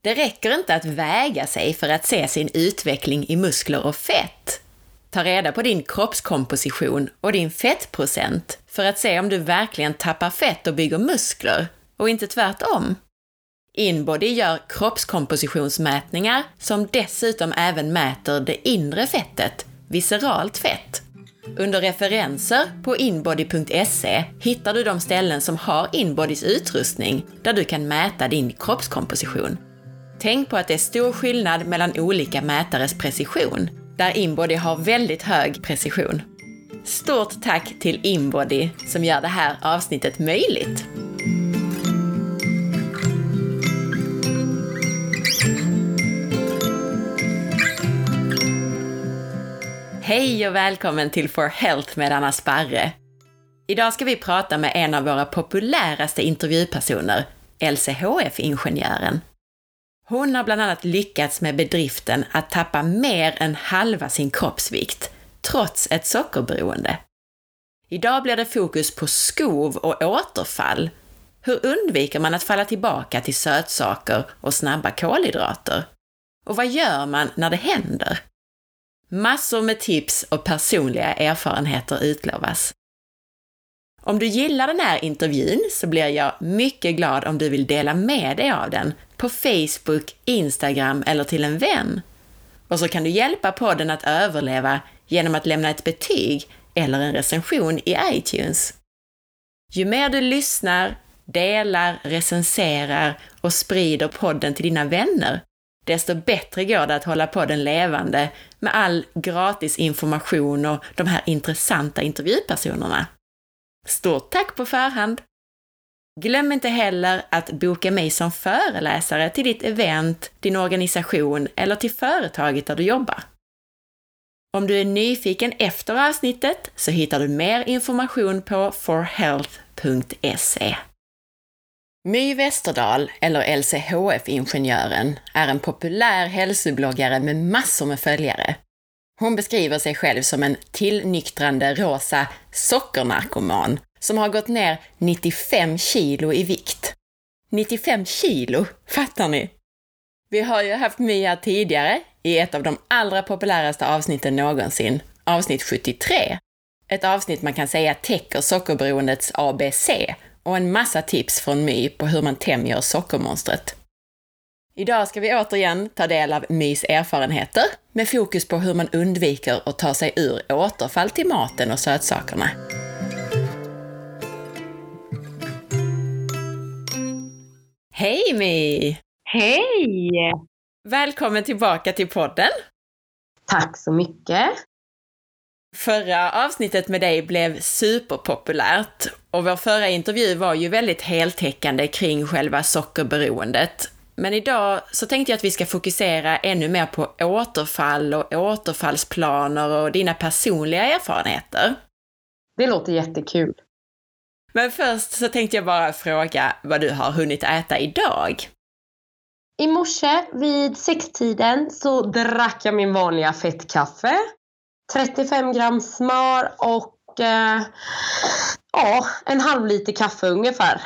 Det räcker inte att väga sig för att se sin utveckling i muskler och fett. Ta reda på din kroppskomposition och din fettprocent för att se om du verkligen tappar fett och bygger muskler, och inte tvärtom. InBody gör kroppskompositionsmätningar som dessutom även mäter det inre fettet, visceralt fett. Under referenser på inbody.se hittar du de ställen som har InBodys utrustning där du kan mäta din kroppskomposition. Tänk på att det är stor skillnad mellan olika mätares precision, där InBody har väldigt hög precision. Stort tack till InBody som gör det här avsnittet möjligt! Hej och välkommen till For Health med Anna Sparre. Idag ska vi prata med en av våra populäraste intervjupersoner, LCHF-ingenjören. Hon har bland annat lyckats med bedriften att tappa mer än halva sin kroppsvikt, trots ett sockerberoende. Idag blir det fokus på skov och återfall. Hur undviker man att falla tillbaka till sötsaker och snabba kolhydrater? Och vad gör man när det händer? Massor med tips och personliga erfarenheter utlovas. Om du gillar den här intervjun så blir jag mycket glad om du vill dela med dig av den på Facebook, Instagram eller till en vän. Och så kan du hjälpa podden att överleva genom att lämna ett betyg eller en recension i iTunes. Ju mer du lyssnar, delar, recenserar och sprider podden till dina vänner, desto bättre går det att hålla podden levande med all gratis information och de här intressanta intervjupersonerna. Stort tack på förhand! Glöm inte heller att boka mig som föreläsare till ditt event, din organisation eller till företaget där du jobbar. Om du är nyfiken efter avsnittet så hittar du mer information på forhealth.se. My Westerdahl, eller LCHF-ingenjören, är en populär hälsobloggare med massor med följare. Hon beskriver sig själv som en tillnyktrande rosa sockernarkoman som har gått ner 95 kilo i vikt. 95 kilo, fattar ni? Vi har ju haft My här tidigare i ett av de allra populäraste avsnitten någonsin, avsnitt 73. Ett avsnitt man kan säga täcker sockerberoendets ABC och en massa tips från My på hur man tämjer sockermonstret. Idag ska vi återigen ta del av Mys erfarenheter med fokus på hur man undviker att ta sig ur återfall till maten och sötsakerna. Hej My! Hej! Välkommen tillbaka till podden. Tack så mycket. Förra avsnittet med dig blev superpopulärt och vår förra intervju var ju väldigt heltäckande kring själva sockerberoendet. Men idag så tänkte jag att vi ska fokusera ännu mer på återfall och återfallsplaner och dina personliga erfarenheter. Det låter jättekul. Men först så tänkte jag bara fråga vad du har hunnit äta idag. I morse vid 6-tiden så drack jag min vanliga fettkaffe. 35 gram smör och en halv liter kaffe ungefär.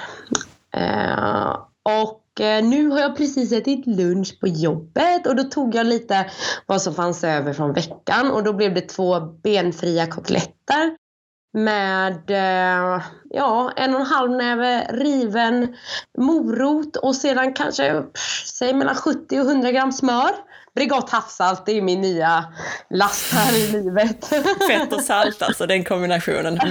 Nu har jag precis ätit lunch på jobbet och då tog jag lite vad som fanns över från veckan. Och då blev det 2 benfria kotletter med 1,5 näve riven morot och sedan kanske mellan 70 och 100 gram smör. Bregott havssalt, det är min nya last här i livet. Fett och salt, alltså den kombinationen.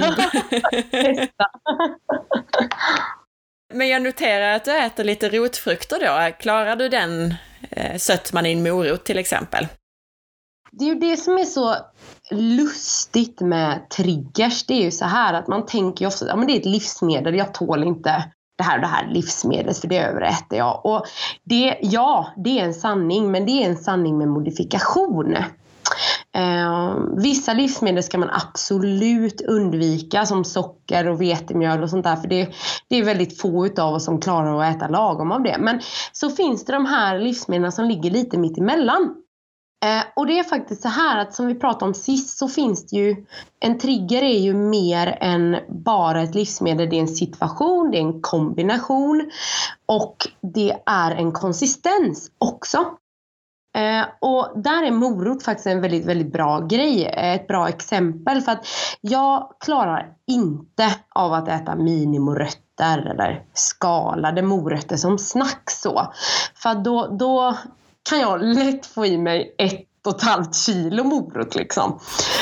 Men jag noterar att du äter lite rotfrukter då. Klarar du den sötman i en morot till exempel? Det är ju det som är så lustigt med triggers. Det är ju så här att man tänker ju ofta att det är ett livsmedel, jag tål inte det här livsmedlet för det överäter jag. Och det är en sanning, men det är en sanning med modifikation. Vissa livsmedel ska man absolut undvika som socker och vetemjöl och sånt där, för det är väldigt få utav oss som klarar att äta lagom av det. Men så finns det de här livsmedlen som ligger lite mitt emellan. Och det är faktiskt så här att som vi pratade om sist så finns det ju, en trigger är ju mer än bara ett livsmedel. Det är en situation, det är en kombination och det är en konsistens också. Och där är morot faktiskt en väldigt, väldigt bra grej. Ett bra exempel, för att jag klarar inte av att äta minimorötter eller skalade morötter som snack så. För då kan jag lätt få i mig 1,5 kilo morot liksom.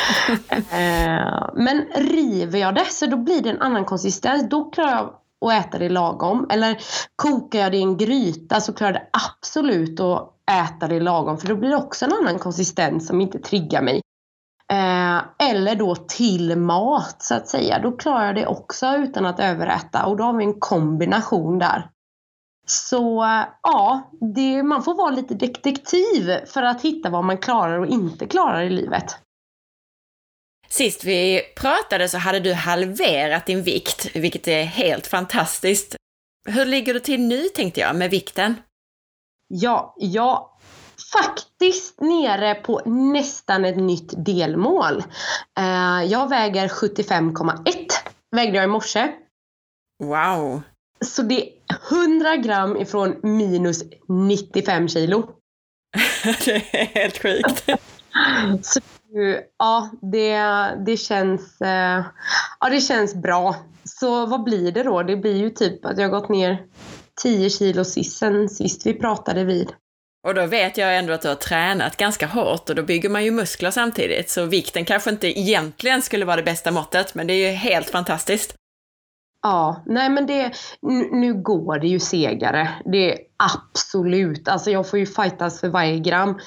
Men river jag det så då blir det en annan konsistens. Då klarar jag att äta det lagom. Eller kokar jag det i en gryta så klarar jag det absolut att äta det lagom. För då blir det också en annan konsistens som inte triggar mig. Eller då till mat så att säga. Då klarar jag det också utan att överäta. Och då har vi en kombination där. Så ja, man får vara lite detektiv för att hitta vad man klarar och inte klarar i livet. Sist vi pratade så hade du halverat din vikt, vilket är helt fantastiskt. Hur ligger du till nu, tänkte jag, med vikten? Ja, jag faktiskt nere på nästan ett nytt delmål. Jag väger 75,1. Vägde jag i morse. Wow! Så det är 100 gram ifrån minus 95 kilo. Det är helt sjukt. Så ja, det känns det känns bra. Så vad blir det då? Det blir ju typ att jag har gått ner 10 kilo sist vi pratade vid. Och då vet jag ändå att du har tränat ganska hårt och då bygger man ju muskler samtidigt. Så vikten kanske inte egentligen skulle vara det bästa måttet, men det är ju helt fantastiskt. Ja, nej men nu går det ju segare. Det är absolut. Alltså jag får ju fightas för varje gram.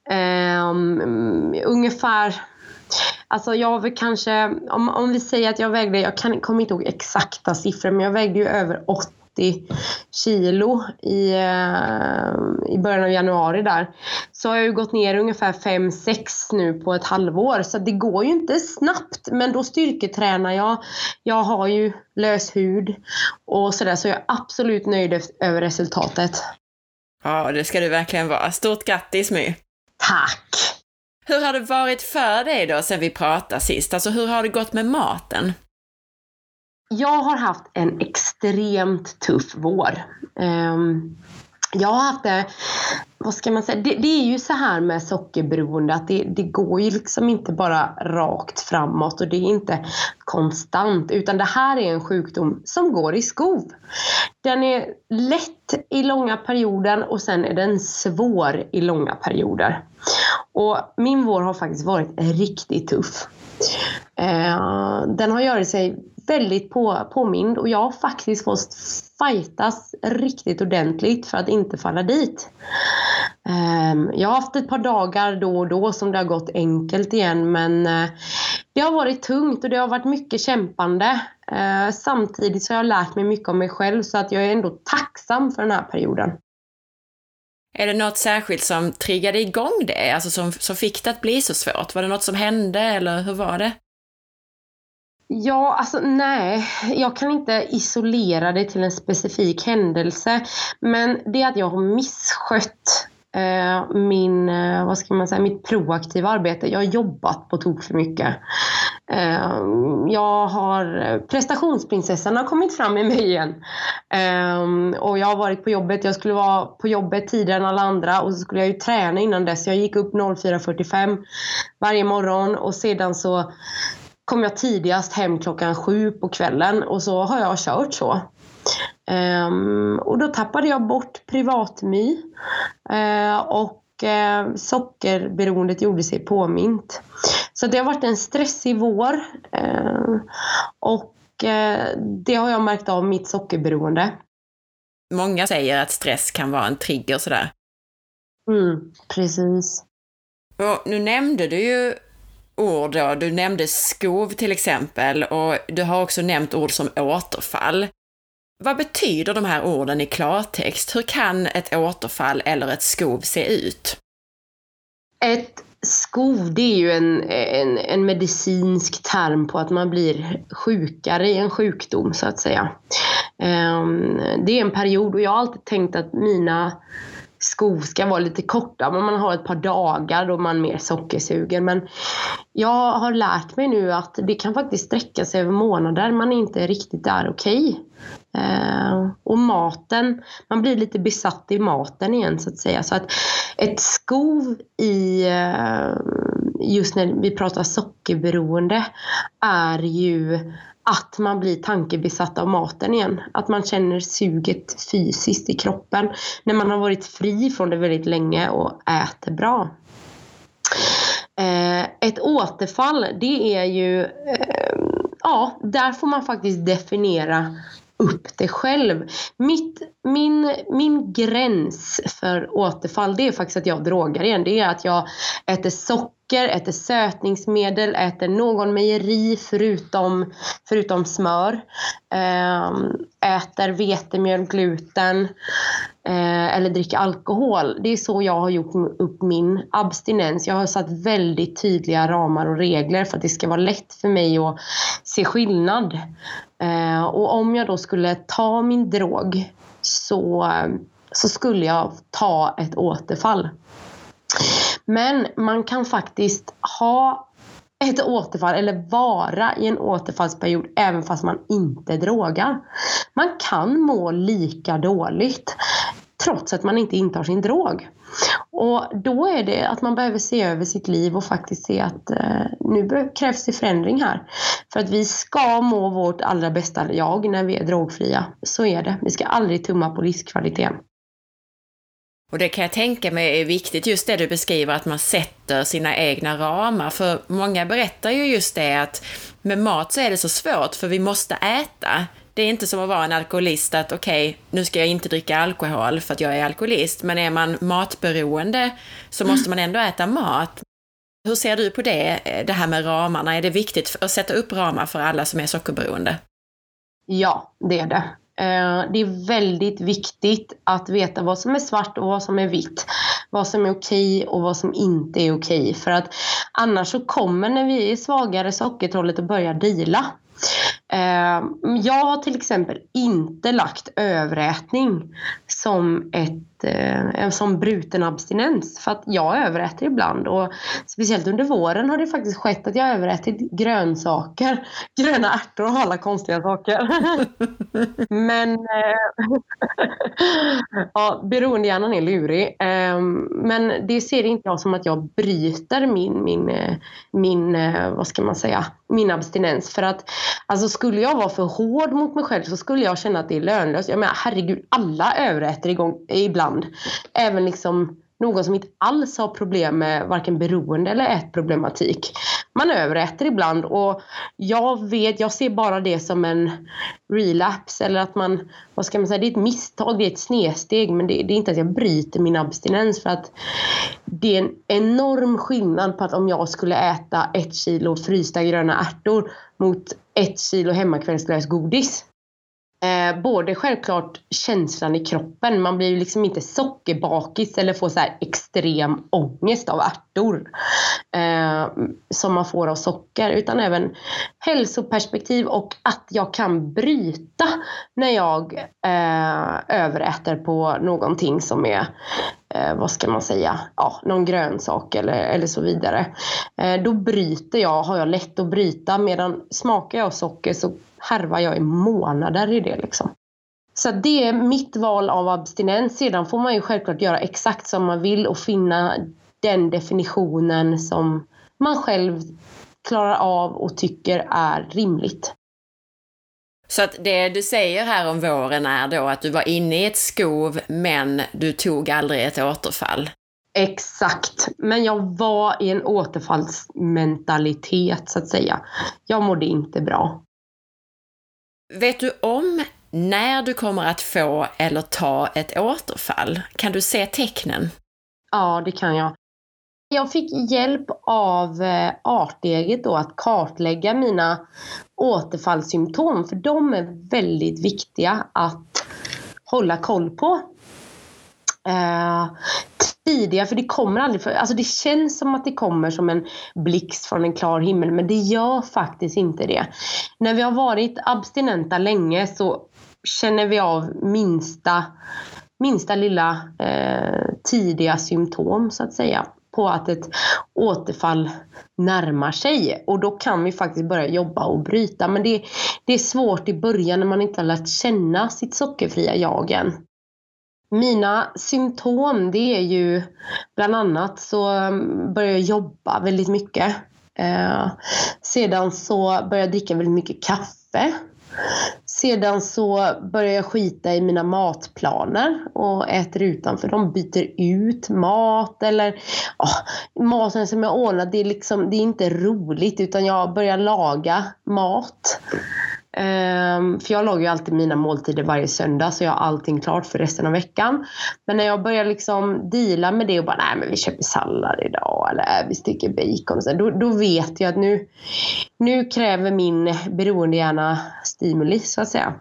Ungefär. Alltså jag vill kanske, om vi säger att jag vägde, kommer inte ihåg exakta siffror, men jag vägde ju över 80 kilo i början av januari där. Så har jag ju gått ner ungefär 5-6 nu på ett halvår. Så det går ju inte snabbt, men då styrketränar jag. Jag har ju lös hud och sådär, så jag är absolut nöjd över resultatet. Ja, det ska du verkligen vara. Stort grattis, My. Tack! Hur har det varit för dig då sen vi pratade sist? Alltså hur har det gått med maten? Jag har haft en extremt tuff vår. Jag har haft det, vad ska man säga, det är ju så här med sockerberoende att det går ju liksom inte bara rakt framåt och det är inte konstant, utan det här är en sjukdom som går i skov. Den är lätt i långa perioder och sen är den svår i långa perioder. Och min vår har faktiskt varit riktigt tuff. Den har gjort sig väldigt påmind och jag har faktiskt fått fightas riktigt ordentligt för att inte falla dit. Jag har haft ett par dagar då och då som det har gått enkelt igen, men det har varit tungt och det har varit mycket kämpande. Samtidigt så har jag lärt mig mycket om mig själv, så att jag är ändå tacksam för den här perioden. Är det något särskilt som triggade igång det? Alltså som fick det att bli så svårt? Var det något som hände eller hur var det? Ja, alltså nej. Jag kan inte isolera det till en specifik händelse. Men det är att jag har misskött mitt proaktiva arbete. Jag har jobbat på tok för mycket. Prestationsprinsessan har kommit fram i mig igen. Och jag har varit på jobbet. Jag skulle vara på jobbet tidigare än alla andra. Och så skulle jag ju träna innan dess. Jag gick upp 04:45 varje morgon. Och sedan så kom jag tidigast hem 7:00 på kvällen. Och så har jag kört så. Och då tappade jag bort privatmy. Och sockerberoendet gjorde sig påmint. Så det har varit en stressig vår. Och det har jag märkt av mitt sockerberoende. Många säger att stress kan vara en trigger sådär. Precis. Och nu nämnde du ju ord då. Du nämnde skov till exempel. Och du har också nämnt ord som återfall. Vad betyder de här orden i klartext? Hur kan ett återfall eller ett skov se ut? Ett skov, det är ju en medicinsk term på att man blir sjukare i en sjukdom så att säga. Det är en period, och jag har alltid tänkt att mina skov ska vara lite korta, men man har ett par dagar då man mer sockersugen. Men jag har lärt mig nu att det kan faktiskt sträcka sig över månader man inte riktigt är okej. Och maten, man blir lite besatt i maten igen så att säga. Så att ett skov i, just när vi pratar sockerberoende, är ju att man blir tankebesatt av maten igen. Att man känner suget fysiskt i kroppen när man har varit fri från det väldigt länge och äter bra. Ett återfall, det är ju, där får man faktiskt definiera upp det själv. Min gräns för återfall, det är faktiskt att jag drogar igen. Det är att jag äter socker, äter sötningsmedel, äter någon mejeri förutom smör, äter vetemjöl, gluten, eller dricker alkohol. Det är så jag har gjort upp min abstinens. Jag har satt väldigt tydliga ramar och regler för att det ska vara lätt för mig att se skillnad. Och om jag då skulle ta min drog så skulle jag ta ett återfall. Men man kan faktiskt ha ett återfall eller vara i en återfallsperiod även fast man inte drogar. Man kan må lika dåligt trots att man inte intar sin drog. Och då är det att man behöver se över sitt liv och faktiskt se att nu krävs det förändring här. För att vi ska må vårt allra bästa jag när vi är drogfria. Så är det. Vi ska aldrig tumma på livskvaliteten. Och det kan jag tänka mig är viktigt, just det du beskriver, att man sätter sina egna ramar. För många berättar ju just det att med mat så är det så svårt för vi måste äta. Det är inte som att vara en alkoholist att okej, nu ska jag inte dricka alkohol för att jag är alkoholist. Men är man matberoende så måste man ändå äta mat. Hur ser du på det här med ramarna? Är det viktigt att sätta upp ramar för alla som är sockerberoende? Ja, det är det. Det är väldigt viktigt att veta vad som är svart och vad som är vitt. Vad som är okej och vad som inte är okej. För att annars så kommer när vi är svagare sockertrollet att börja deala. Jag har till exempel inte lagt överätning som bruten abstinens, för att jag överäter ibland, och speciellt under våren har det faktiskt skett att jag överätit grönsaker, gröna ärtor och alla konstiga saker. Men ja, beroendehjärnan är lurig, men det ser inte jag som att jag bryter min vad ska man säga, min abstinens. För att alltså, skulle jag vara för hård mot mig själv så skulle jag känna att det är lönlöst. Jag menar, herregud, alla överäter ibland. Även liksom någon som inte alls har problem med varken beroende eller ätproblematik. Man överäter ibland, och jag ser bara det som en relapse, eller att man, vad ska man säga, det är ett misstag, det är ett snedsteg, men det är inte att jag bryter min abstinens, för att det är en enorm skillnad på att om jag skulle äta 1 kilo frysta gröna ärtor mot 1 kilo hemmakvällslös godis. Både självklart känslan i kroppen, man blir ju liksom inte sockerbakis eller får så här extrem ångest av ärtor som man får av socker, utan även hälsoperspektiv och att jag kan bryta när jag överäter på någonting som är vad ska man säga, någon grönsak eller så vidare. Då har jag lätt att bryta, medan smakar jag socker så härvar jag i månader i det liksom. Så det är mitt val av abstinens. Sedan får man ju självklart göra exakt som man vill och finna den definitionen som man själv klarar av och tycker är rimligt. Så att det du säger här om våren är då att du var inne i ett skov, men du tog aldrig ett återfall? Exakt, men jag var i en återfallsmentalitet så att säga. Jag mådde inte bra. Vet du om när du kommer att få eller ta ett återfall? Kan du se tecknen? Ja, det kan jag. Jag fick hjälp av Arteget då att kartlägga mina återfallssymptom, för de är väldigt viktiga att hålla koll på. Tidiga, för det kommer aldrig, alltså det känns som att det kommer som en blixt från en klar himmel, men det gör faktiskt inte det. När vi har varit abstinenta länge så känner vi av minsta minsta lilla tidiga symptom så att säga på att ett återfall närmar sig. Och då kan vi faktiskt börja jobba och bryta. Men det är svårt i början när man inte har lärt känna sitt sockerfria jagen. Mina symptom, det är ju bland annat så börjar jag jobba väldigt mycket. Sedan så börjar jag dricka väldigt mycket kaffe. Sedan så börjar jag skita i mina matplaner och äter utanför. De byter ut mat eller maten som jag ordnar, det är inte roligt utan jag börjar laga mat. För jag lagar ju alltid mina måltider varje söndag så jag har allting klart för resten av veckan. Men när jag börjar liksom deala med det och bara nej men vi köper sallad idag eller vi steker bacon och så, då vet jag att nu kräver min beroendehjärna stimuli så att säga.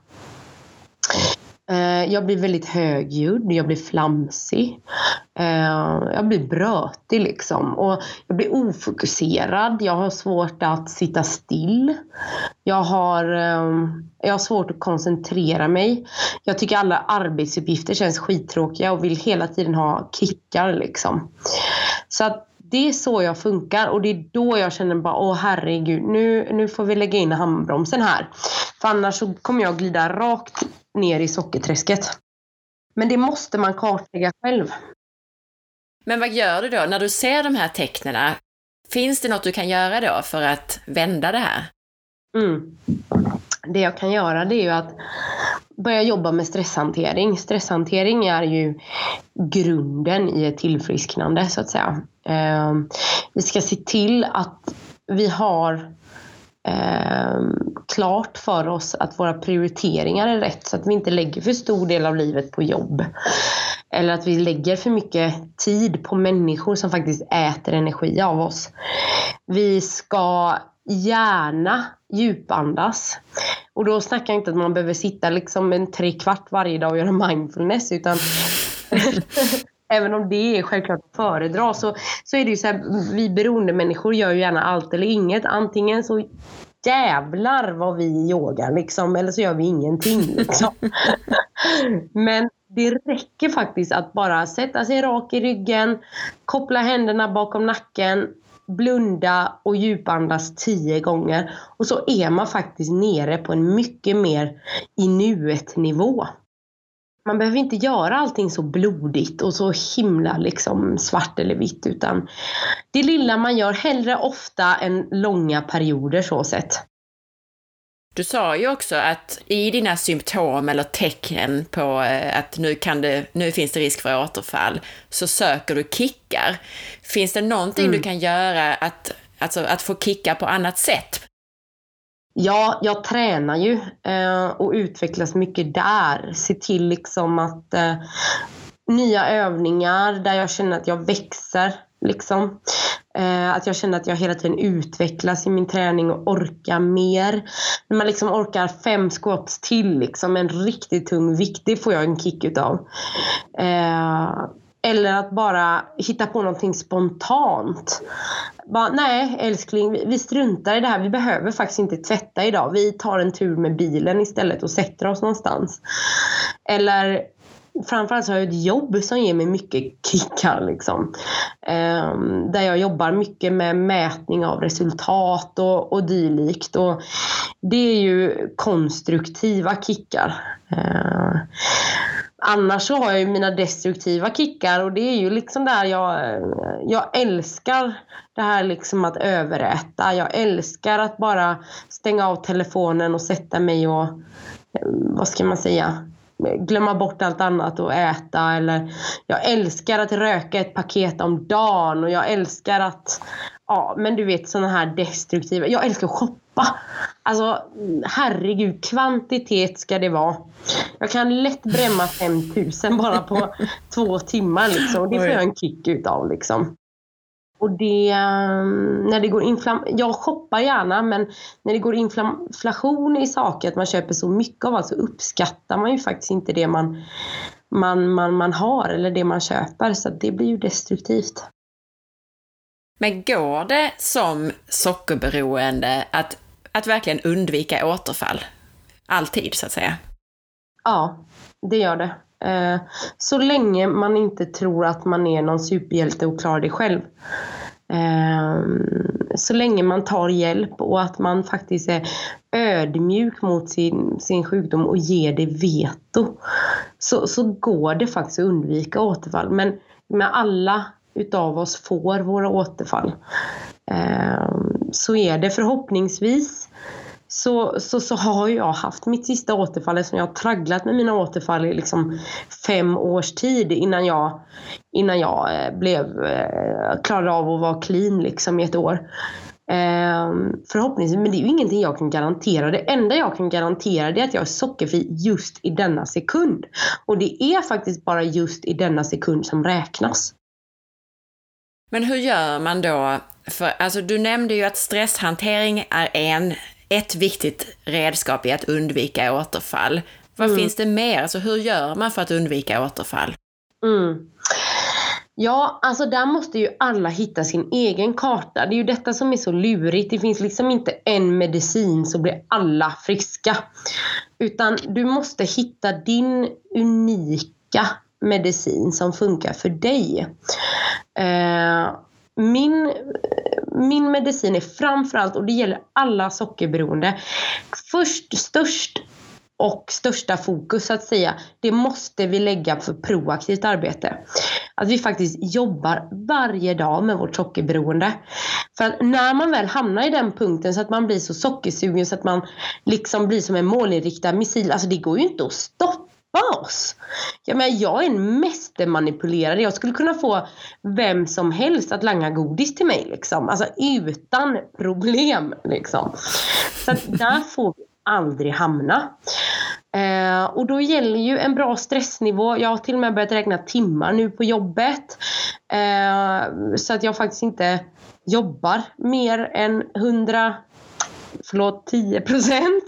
Jag blir väldigt högljudd, jag blir flamsig, jag blir brötig liksom och jag blir ofokuserad, jag har svårt att sitta still, jag har svårt att koncentrera mig, jag tycker alla arbetsuppgifter känns skittråkiga och vill hela tiden ha kickar liksom. Så att det är så jag funkar och det är då jag känner bara herregud, nu får vi lägga in handbromsen här. För annars så kommer jag glida rakt ner i sockerträsket. Men det måste man kartlägga själv. Men vad gör du då när du ser de här tecknena? Finns det något du kan göra då för att vända det här? Det jag kan göra det är ju att börja jobba med stresshantering. Stresshantering är ju grunden i ett tillfrisknande så att säga. Vi ska se till att vi har klart för oss att våra prioriteringar är rätt så att vi inte lägger för stor del av livet på jobb. Eller att vi lägger för mycket tid på människor som faktiskt äter energi av oss. Vi ska gärna djupandas. Och då snackar jag inte att man behöver sitta liksom 3/4 varje dag och göra mindfulness utan även om det är självklart att föredra så är det ju så här, vi beroende människor gör ju gärna allt eller inget. Antingen så jävlar vad vi yogar liksom, eller så gör vi ingenting liksom. Men det räcker faktiskt att bara sätta sig rak i ryggen, koppla händerna bakom nacken, blunda och djupandas 10 gånger. Och så är man faktiskt nere på en mycket mer i nuet nivå. Man behöver inte göra allting så blodigt och så himla liksom svart eller vitt utan det lilla man gör hellre ofta än långa perioder så sett. Du sa ju också att i dina symptom eller tecken på att nu finns det risk för återfall så söker du kickar. Finns det någonting du kan göra att få kickar på annat sätt? Ja, jag tränar ju och utvecklas mycket där. Se till liksom att nya övningar där jag känner att jag växer liksom. Att jag känner att jag hela tiden utvecklas i min träning och orkar mer. När man liksom orkar 5 squats till liksom, en riktigt tung vikt, det får jag en kick utav. Eller att bara hitta på någonting spontant. Bara, nej älskling, vi struntar i det här. Vi behöver faktiskt inte tvätta idag. Vi tar en tur med bilen istället och sätter oss någonstans. Eller framförallt så har jag ett jobb som ger mig mycket kickar liksom. Där jag jobbar mycket med mätning av resultat och dylikt. Och det är ju konstruktiva kickar. Annars så har jag ju mina destruktiva kickar och det är ju liksom där jag älskar det här liksom att överäta. Jag älskar att bara stänga av telefonen och sätta mig och vad ska man säga, glömma bort allt annat och äta. Eller jag älskar att röka ett paket om dagen och jag älskar att men du vet såna här destruktiva. Jag älskar att shoppa. Alltså herregud, kvantitet ska det vara. Jag kan lätt brämma 5000 bara på 2 timmar liksom. Och det får jag en kick utav liksom. Och det, när det går jag shoppar gärna, men när det går inflation i saker, att man köper så mycket av allt, så uppskattar man ju faktiskt inte det man har eller det man köper, så det blir ju destruktivt. Men går det som sockerberoende att verkligen undvika återfall? Alltid så att säga? Ja, det gör det. Så länge man inte tror att man är någon superhjälte och klarar det själv. Så länge man tar hjälp och att man faktiskt är ödmjuk mot sin sjukdom och ger det veto, så går det faktiskt att undvika återfall. Men med alla utav oss får våra återfall, så är det förhoppningsvis så har jag haft mitt sista återfall, som jag har tragglat med mina återfall i liksom 5 års tid innan jag klarade av att vara clean liksom i ett år. Förhoppningsvis, men det är ju ingenting jag kan garantera. Det enda jag kan garantera är att jag är sockerfri just i denna sekund. Och det är faktiskt bara just i denna sekund som räknas. Men hur gör man då? För alltså, du nämnde ju att stresshantering är ett viktigt redskap i att undvika återfall. Vad finns det mer? Alltså, hur gör man för att undvika återfall? Ja, alltså där måste ju alla hitta sin egen karta. Det är ju detta som är så lurigt. Det finns liksom inte en medicin så blir alla friska. Utan du måste hitta din unika medicin som funkar för dig. Min medicin är framförallt, och det gäller alla sockerberoende, största fokus att säga, det måste vi lägga för proaktivt arbete. Att vi faktiskt jobbar varje dag med vårt sockerberoende. För att när man väl hamnar i den punkten så att man blir så sockersugen så att man liksom blir som en målinriktad missil, alltså det går ju inte att stoppa oss. Jag är en mästermanipulerare. Jag skulle kunna få vem som helst att langa godis till mig liksom. Alltså utan problem liksom. Så att där får vi aldrig hamna. Och då gäller ju en bra stressnivå. Jag har till och med börjat räkna timmar nu på jobbet. Så att jag faktiskt inte jobbar mer än 10%.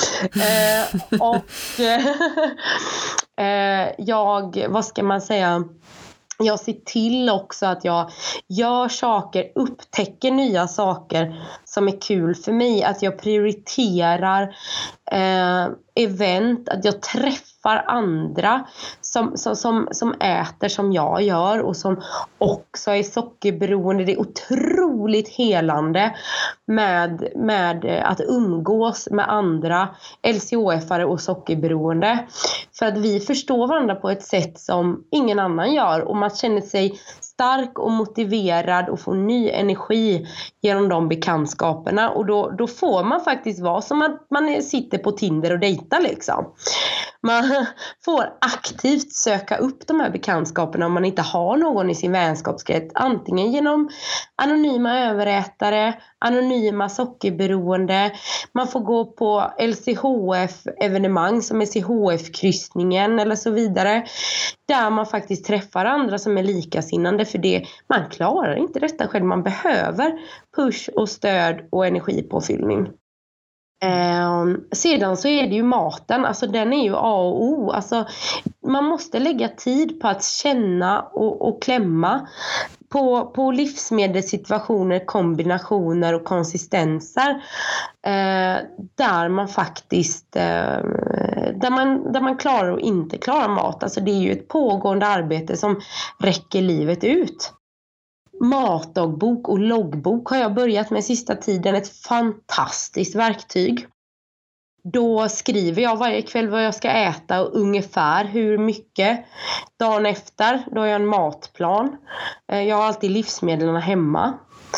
Vad ska man säga? Jag ser till också att jag gör saker, upptäcker nya saker som är kul för mig. Att jag prioriterar event, att jag träffar andra som äter som jag gör och som också är sockerberoende. Det är otroligt helande med att umgås med andra LCHF-are och sockerberoende. För att vi förstår varandra på ett sätt som ingen annan gör, och man känner sig stark och motiverad och får ny energi genom de bekantskaperna. Och då får man faktiskt vara som att man sitter på Tinder och dejtar liksom. Man får aktivt söka upp de här bekantskaperna om man inte har någon i sin vänskapskrets. Antingen genom anonyma överätare, anonyma sockerberoende. Man får gå på LCHF-evenemang som LCHF-kryssningen eller så vidare. Där man faktiskt träffar andra som är likasinnande, för det, man klarar inte detta själv. Man behöver push och stöd och energipåfyllning. Sedan så är det ju maten, alltså den är ju A och O. Alltså, man måste lägga tid på att känna och klämma på livsmedelssituationer, kombinationer och konsistenser där man faktiskt där man klarar och inte klarar mat. Alltså det är ju ett pågående arbete som räcker livet ut. Matdagbok och loggbok har jag börjat med sista tiden. Ett fantastiskt verktyg. Då skriver jag varje kväll vad jag ska äta och ungefär hur mycket. Dagen efter, då har jag en matplan. Jag har alltid livsmedlen hemma.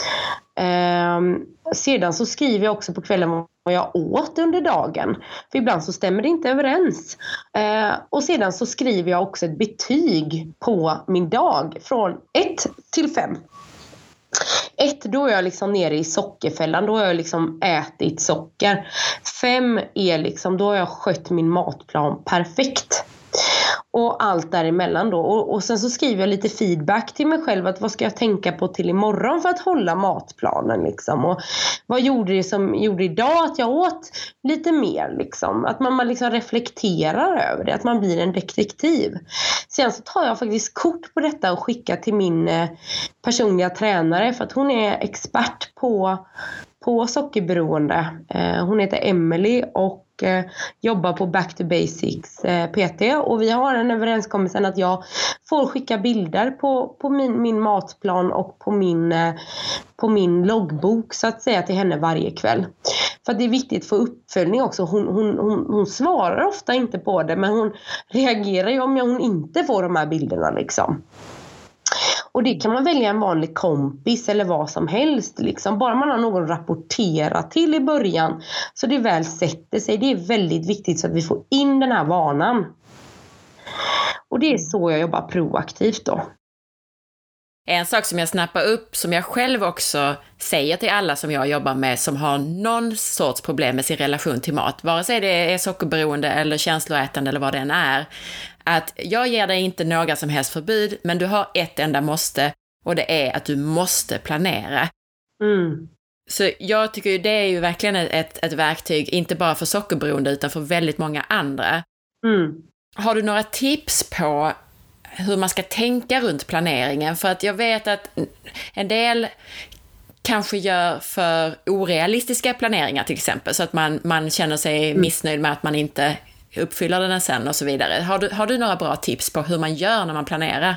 Sedan så skriver jag också på kvällen vad jag åt under dagen. För ibland så stämmer det inte överens. Och sedan så skriver jag också ett betyg på min dag från 1 till 5. 1, då är jag liksom nere i sockerfällan. Då har jag liksom ätit socker. 5 är liksom, då har jag skött min matplan perfekt. Och allt däremellan då. Och sen så skriver jag lite feedback till mig själv. Att vad ska jag tänka på till imorgon för att hålla matplanen liksom. Och vad gjorde det som gjorde idag att jag åt lite mer liksom. Att man liksom reflekterar över det. Att man blir en detektiv. Sen så tar jag faktiskt kort på detta och skickar till min personliga tränare. För att hon är expert på sockerberoende. Hon heter Emily och jobbar på Back to Basics PT, och vi har en överenskommelse att jag får skicka bilder på min matplan och på min loggbok så att säga till henne varje kväll. För att det är viktigt för uppföljning också. Hon svarar ofta inte på det, men hon reagerar ju om hon inte får de här bilderna liksom. Och det kan man välja en vanlig kompis eller vad som helst liksom. Bara man har någon att rapportera till i början så det väl sätter sig. Det är väldigt viktigt så att vi får in den här vanan. Och det är så jag jobbar proaktivt då. En sak som jag snappar upp, som jag själv också säger till alla som jag jobbar med som har någon sorts problem med sin relation till mat, vare sig det är sockerberoende eller känsloätande eller vad det än är, att jag ger dig inte några som helst förbud, men du har ett enda måste, och det är att du måste planera. Så jag tycker ju det är ju verkligen ett verktyg, inte bara för sockerberoende utan för väldigt många andra. Har du några tips på hur man ska tänka runt planeringen? För att jag vet att en del kanske gör för orealistiska planeringar till exempel, så att man känner sig missnöjd med att man inte uppfyller den sen och så vidare. Har du några bra tips på hur man gör när man planerar?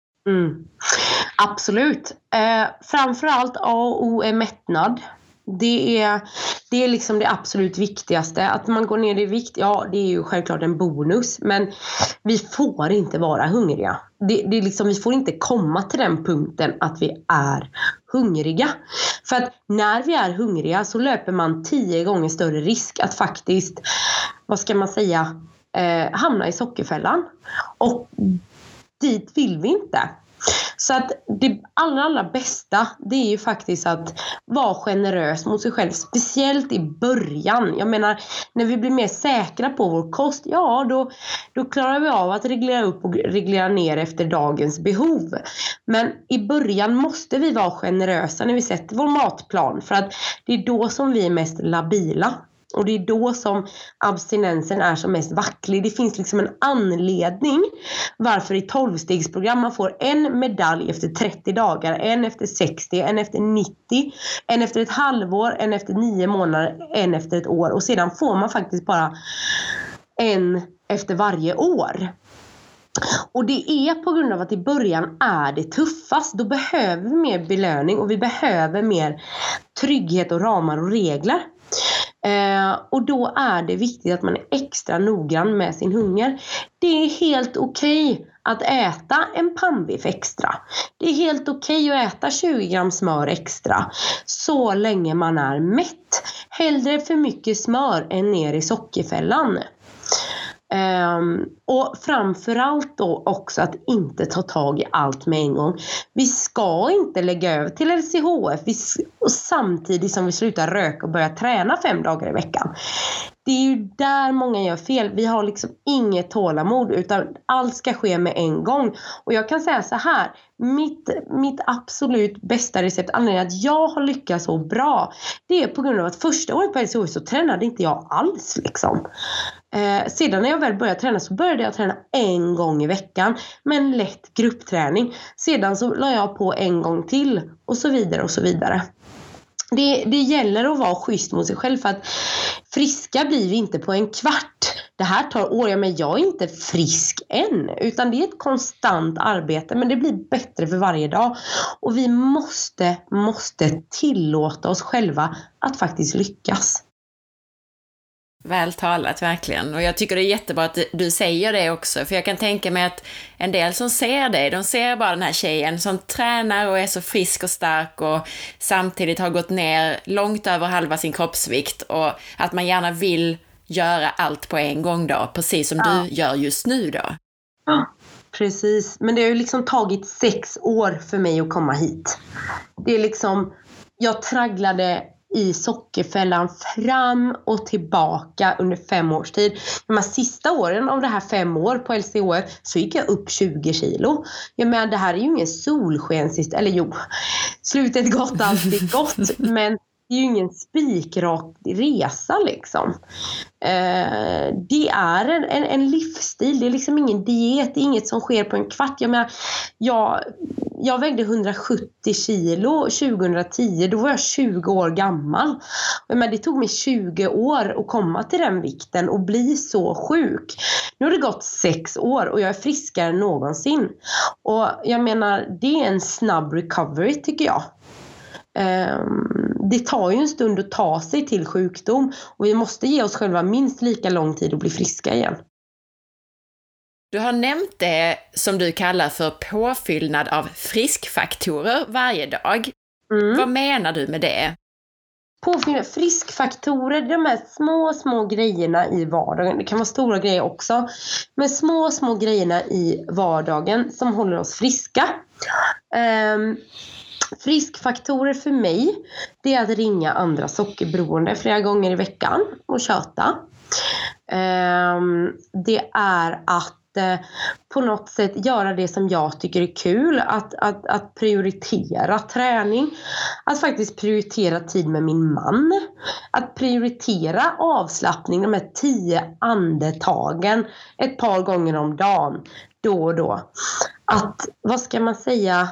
Absolut. Framförallt A och O är mättnad. Det är liksom det absolut viktigaste. Att man går ner i vikt, ja det är ju självklart en bonus. Men vi får inte vara hungriga. Det är liksom, vi får inte komma till den punkten att vi är hungriga. För att när vi är hungriga så löper man 10 gånger större risk att faktiskt, vad ska man säga, hamna i sockerfällan. Och dit vill vi inte. Så att det allra bästa, det är ju faktiskt att vara generös mot sig själv, speciellt i början. Jag menar, när vi blir mer säkra på vår kost, ja då klarar vi av att reglera upp och reglera ner efter dagens behov. Men i början måste vi vara generösa när vi sätter vår matplan, för att det är då som vi är mest labila. Och det är då som abstinensen är som mest vacklig. Det finns liksom en anledning varför i 12-stegsprogram man får en medalj efter 30 dagar, en efter 60, en efter 90, en efter ett halvår, en efter 9 månader, en efter ett år. Och sedan får man faktiskt bara en efter varje år. Och det är på grund av att i början är det tuffast. Då behöver vi mer belöning och vi behöver mer trygghet och ramar och regler. Och då är det viktigt att man är extra noggrann med sin hunger. Det är helt okej att äta en pannbiff extra. Det är helt okej att äta 20 gram smör extra. Så länge man är mätt. Hellre för mycket smör än ner i sockerfällan. Och framförallt då också att inte ta tag i allt med en gång. Vi ska inte lägga över till LCHF och samtidigt som vi slutar röka och börjar träna 5 dagar i veckan. Det är ju där många gör fel. Vi har liksom inget tålamod, utan allt ska ske med en gång. Och jag kan säga så här, mitt absolut bästa recept, anledningen att jag har lyckats så bra, det är på grund av att första året på LCHF så tränade inte jag alls liksom. Sedan när jag väl började träna så började jag träna en gång i veckan med en lätt gruppträning. Sedan så la jag på en gång till och så vidare och så vidare. Det gäller att vara schysst mot sig själv, för att friska blir vi inte på en kvart. Det här tar år, men jag är inte frisk än, utan det är ett konstant arbete, men det blir bättre för varje dag. Och vi måste tillåta oss själva att faktiskt lyckas. Väl talat, verkligen. Och jag tycker det är jättebra att du säger det också. För jag kan tänka mig att en del som ser det, de ser bara den här tjejen som tränar och är så frisk och stark och samtidigt har gått ner långt över halva sin kroppsvikt, och att man gärna vill göra allt på en gång då, precis som du gör just nu då. Ja, precis. Men det har ju liksom tagit 6 år för mig att komma hit. Det är liksom, jag tragglade i sockerfällan fram och tillbaka under 5 års tid. De här sista åren av det här 5 år på LCHF så gick jag upp 20 kilo. Jag menar, det här är ju ingen solskensist, eller jo, slutet gott, alltid gott, men det är ju ingen spikrak resa liksom. Det är en livsstil, det är liksom ingen diet, det är inget som sker på en kvart. Jag menar, jag vägde 170 kilo 2010, då var jag 20 år gammal. Men det tog mig 20 år att komma till den vikten och bli så sjuk. Nu har det gått 6 år och jag är friskare än någonsin. Och jag menar, det är en snabb recovery tycker jag. Det tar ju en stund att ta sig till sjukdom och vi måste ge oss själva minst lika lång tid att bli friska igen. Du har nämnt det som du kallar för påfyllnad av friskfaktorer varje dag. Vad menar du med det? Påfyllnad friskfaktorer, de här små grejerna i vardagen. Det kan vara stora grejer också. Men små grejerna i vardagen som håller oss friska. Friskfaktorer för mig, det är att ringa andra sockerberoende flera gånger i veckan och köta. Det är att på något sätt göra det som jag tycker är kul, att prioritera träning, att faktiskt prioritera tid med min man, att prioritera avslappning, de här 10 andetagen ett par gånger om dagen, då och då. Att, vad ska man säga,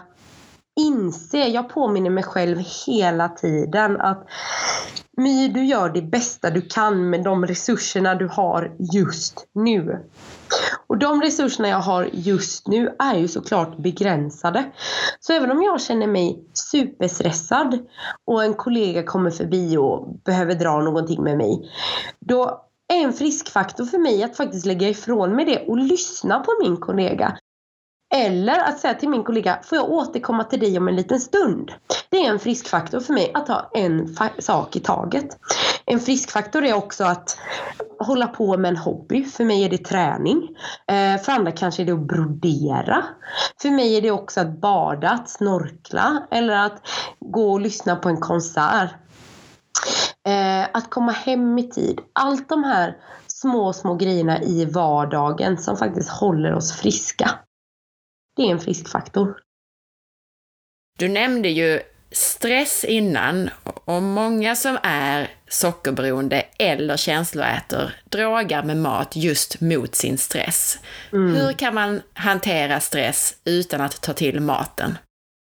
jag påminner mig själv hela tiden att My, du gör det bästa du kan med de resurserna du har just nu. Och de resurserna jag har just nu är ju såklart begränsade. Så även om jag känner mig superstressad och en kollega kommer förbi och behöver dra någonting med mig, då är en friskfaktor för mig att faktiskt lägga ifrån mig det och lyssna på min kollega. Eller att säga till min kollega, får jag återkomma till dig om en liten stund? Det är en friskfaktor för mig att ta en sak i taget. En friskfaktor är också att hålla på med en hobby. För mig är det träning. För andra kanske är det att brodera. För mig är det också att bada, att snorkla. Eller att gå och lyssna på en konsert. Att komma hem i tid. Allt de här små grejerna i vardagen som faktiskt håller oss friska. Det är en friskfaktor. Du nämnde ju stress innan, och många som är sockerberoende eller känsloäter drogar med mat just mot sin stress. Hur kan man hantera stress utan att ta till maten?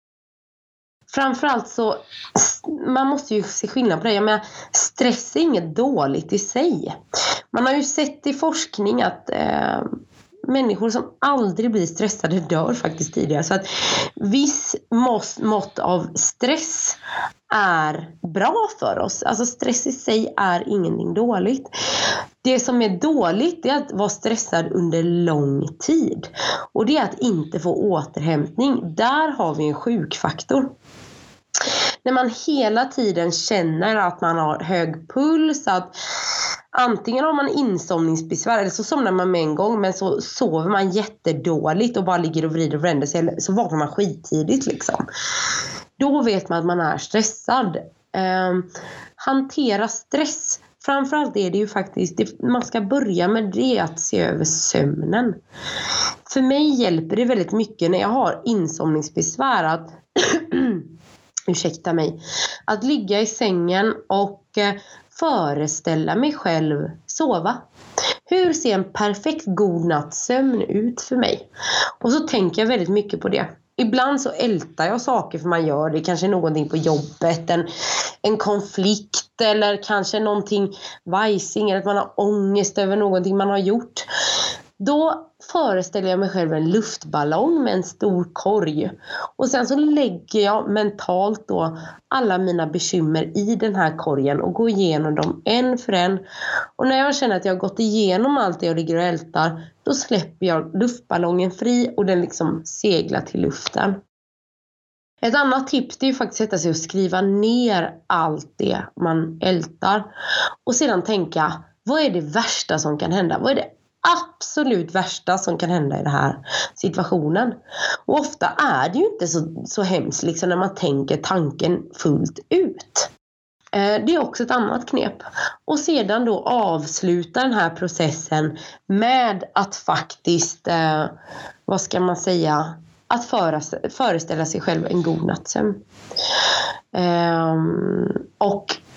Framförallt så, man måste ju se skillnad på det. Jag menar, stress är inget dåligt i sig. Man har ju sett i forskning att människor som aldrig blir stressade dör faktiskt tidigare. Så att viss mått av stress är bra för oss. Alltså stress i sig är ingenting dåligt. Det som är dåligt är att vara stressad under lång tid. Och det är att inte få återhämtning. Där har vi en sjukfaktor. När man hela tiden känner att man har hög puls, att antingen har man insomningsbesvär eller så somnar man med en gång, men så sover man jättedåligt och bara ligger och vrider och vänder sig, eller så vaknar man skittidigt liksom. Då vet man att man är stressad. Hantera stress. Framförallt är det ju faktiskt, man ska börja med det, att se över sömnen. För mig hjälper det väldigt mycket när jag har insomningsbesvär att ursäkta mig, att ligga i sängen och föreställa mig själv sova. Hur ser en perfekt god nattsömn ut för mig? Och så tänker jag väldigt mycket på det. Ibland så ältar jag saker för man gör det. Kanske någonting på jobbet, en konflikt eller kanske någonting vajsing, eller att man har ångest över någonting man har gjort. Då föreställer jag mig själv en luftballong med en stor korg. Och sen så lägger jag mentalt då alla mina bekymmer i den här korgen och går igenom dem en för en. Och när jag känner att jag har gått igenom allt det jag ligger och ältar, då släpper jag luftballongen fri och den liksom seglar till luften. Ett annat tips är ju faktiskt att sätta sig och skriva ner allt det man ältar. Och sedan tänka, vad är det värsta som kan hända? Vad är det absolut värsta som kan hända i den här situationen? Och ofta är det ju inte så hemskt liksom när man tänker tanken fullt ut. Det är också ett annat knep. Och sedan då avsluta den här processen med att faktiskt, vad ska man säga, att föreställa sig själv en god nattsömn. Och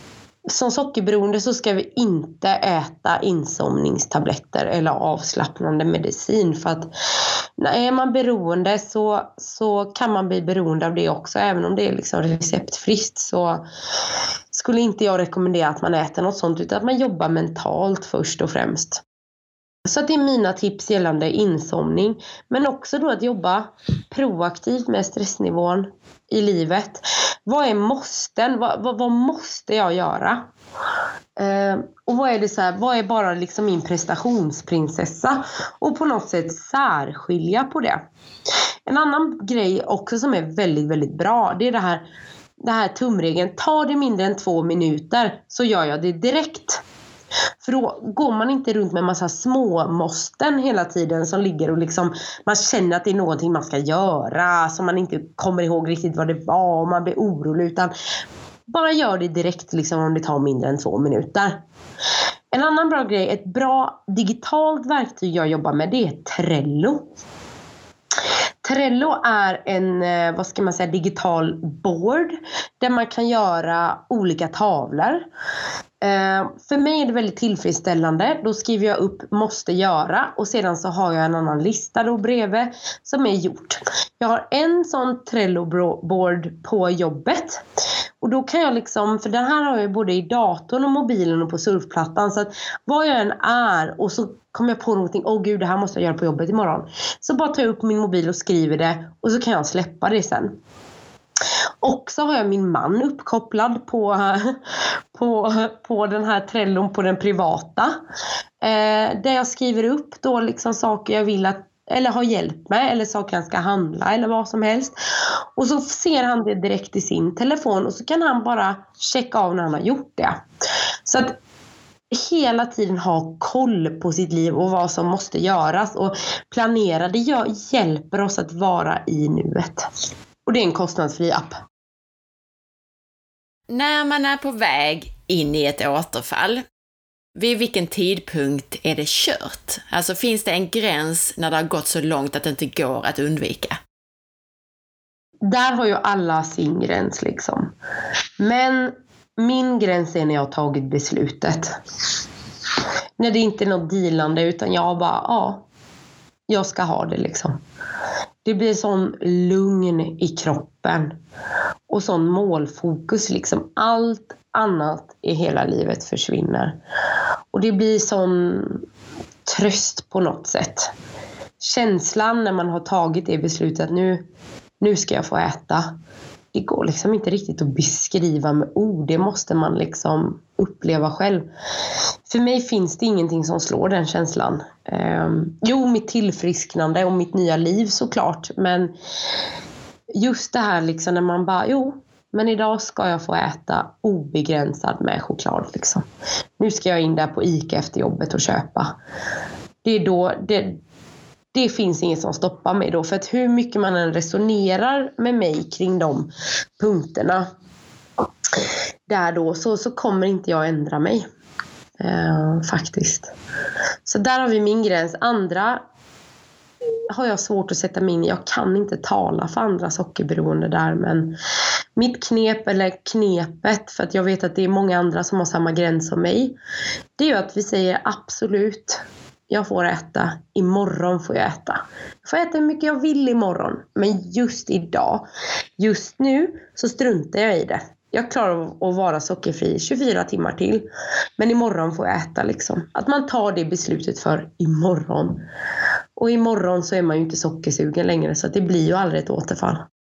som sockerberoende så ska vi inte äta insomningstabletter eller avslappnande medicin, för att är man beroende så kan man bli beroende av det också. Även om det är liksom receptfritt så skulle inte jag rekommendera att man äter något sånt, utan att man jobbar mentalt först och främst. Så det är mina tips gällande insomning. Men också då att jobba proaktivt med stressnivån i livet. Vad är måsten? Vad måste jag göra? Och vad är det så här, vad är bara liksom min prestationsprinsessa? Och på något sätt särskilja på det. En annan grej också som är väldigt, väldigt bra, det är det här tumregeln. Tar det mindre än 2 minuter så gör jag det direkt. För då går man inte runt med massa små måsten hela tiden som ligger och liksom, man känner att det är någonting man ska göra som man inte kommer ihåg riktigt vad det var och man blir orolig, utan bara gör det direkt liksom om det tar mindre än 2 minuter. En annan bra grej, ett bra digitalt verktyg jag jobbar med, det är Trello. Trello är en, vad ska man säga, digital board där man kan göra olika tavlor. För mig är det väldigt tillfredsställande. Då skriver jag upp måste göra och sedan så har jag en annan lista då bredvid som är gjort. Jag har en sån Trello-board på jobbet. Och då kan jag liksom, för den här har jag både i datorn och mobilen och på surfplattan. Så att vad jag än är och så kommer jag på någonting, gud det här måste jag göra på jobbet imorgon. Så bara tar jag upp min mobil och skriver det och så kan jag släppa det sen. Och så har jag min man uppkopplad på den här Trellon på den privata. Där jag skriver upp då liksom saker jag vill att, eller har hjälp med, eller saker han ska handla eller vad som helst. Och så ser han det direkt i sin telefon och så kan han bara checka av när han har gjort det. Så att hela tiden ha koll på sitt liv och vad som måste göras och planera, det hjälper oss att vara i nuet. Och det är en kostnadsfri app. När man är på väg in i ett återfall, vid vilken tidpunkt är det kört? Alltså finns det en gräns när det har gått så långt att det inte går att undvika? Där har ju alla sin gräns liksom. Men min gräns är när jag har tagit beslutet. När det inte är något dealande utan jag bara, jag ska ha det liksom. Det blir sån lugn i kroppen. Och sån målfokus liksom. Allt annat i hela livet försvinner. Och det blir sån tröst på något sätt. Känslan när man har tagit det beslutet att nu ska jag få äta. Det går liksom inte riktigt att beskriva med ord. Det måste man liksom uppleva själv. För mig finns det ingenting som slår den känslan. Mitt tillfrisknande och mitt nya liv såklart. Men just det här liksom när man bara, men idag ska jag få äta obegränsad med choklad liksom. Nu ska jag in där på ICA efter jobbet och köpa. Det är då, det finns inget som stoppar mig då. För att hur mycket man än resonerar med mig kring de punkterna där då så kommer inte jag ändra mig. Faktiskt. Så där har vi min gräns. Andra har jag svårt att sätta mig in i. Jag kan inte tala för andra sockerberoende där. Men mitt knepet, för att jag vet att det är många andra som har samma gräns som mig. Det är ju att vi säger absolut, jag får äta. Imorgon får jag äta. Jag får äta hur mycket jag vill imorgon. Men just idag, just nu så struntar jag i det. Jag klarar att vara sockerfri 24 timmar till. Men imorgon får jag äta liksom. Att man tar det beslutet för imorgon. Och imorgon så är man ju inte sockersugen längre. Så det blir ju aldrig ett återfall.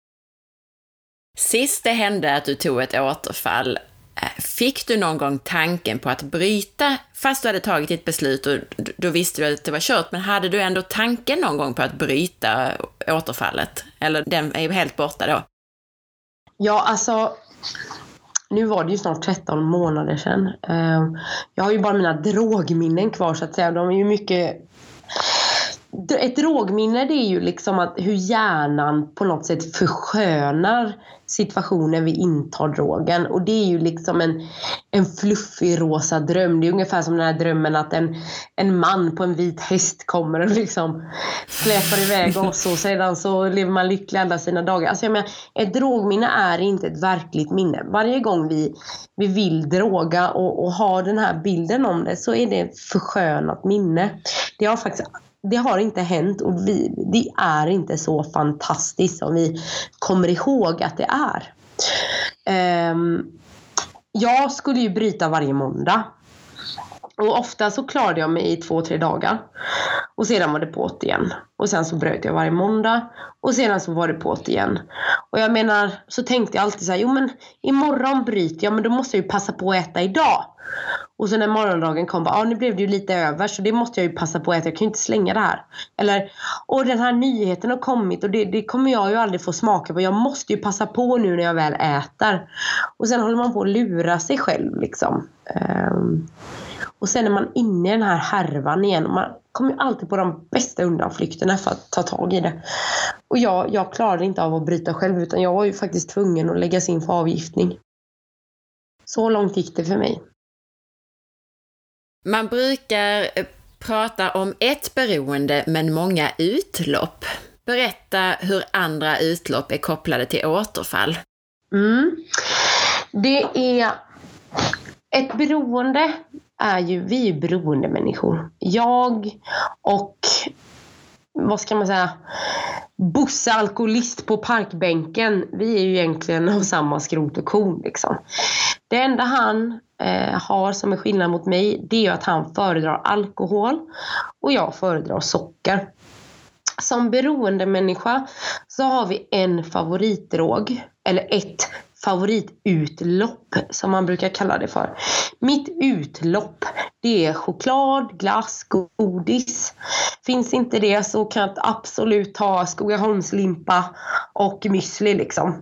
Sist det hände att du tog ett återfall, fick du någon gång tanken på att bryta fast du hade tagit ett beslut och då visste du att det var kört, men hade du ändå tanken någon gång på att bryta återfallet? Eller den är ju helt borta då? Ja, alltså nu var det ju snart 13 månader sedan. Jag har ju bara mina drogminnen kvar så att säga. De är ju mycket ett drogminne, det är ju liksom att hur hjärnan på något sätt förskönar situationen vi intar drogen. Och det är ju liksom en fluffig rosa dröm. Det är ungefär som den här drömmen att en man på en vit häst kommer och liksom släpar iväg oss och sedan så lever man lycklig alla sina dagar. Alltså jag menar, ett drogminne är inte ett verkligt minne. Varje gång vi vill droga och har den här bilden om det, så är det ett förskönat minne. Det har inte hänt och det är inte så fantastiskt som vi kommer ihåg att det är. Jag skulle ju bryta varje måndag. Och ofta så klarade jag mig i 2-3 dagar. Och sedan var det på igen. Och sen så bröt jag varje måndag. Och sedan så var det på igen. Och jag menar, så tänkte jag alltid så här, jo men imorgon bryter jag, men då måste jag ju passa på att äta idag. Och så när morgondagen kom, nu blev det ju lite över, så det måste jag ju passa på att äta. Jag kan ju inte slänga det här. Eller, och den här nyheten har kommit och det kommer jag ju aldrig få smaka på. Jag måste ju passa på nu när jag väl äter. Och sen håller man på att lura sig själv liksom. Och sen är man inne i den här härvan igen. Man kommer ju alltid på de bästa undanflykterna för att ta tag i det. Och jag klarade inte av att bryta själv, utan jag var ju faktiskt tvungen att lägga sig in för avgiftning. Så långt gick det för mig. Man brukar prata om ett beroende men många utlopp. Berätta hur andra utlopp är kopplade till återfall. Det är ett beroende. Vi är ju beroende människor. Jag och, vad ska man säga, Bosse alkoholist på parkbänken. Vi är ju egentligen av samma skrot och korn liksom. Det enda han har som är skillnad mot mig, det är att han föredrar alkohol och jag föredrar socker. Som beroende människa så har vi en favoritdrog, eller ett favoritutlopp som man brukar kalla det för. Mitt utlopp, det är choklad, glass, godis. Finns inte det så kan jag absolut ta Skogaholmslimpa och müsli liksom.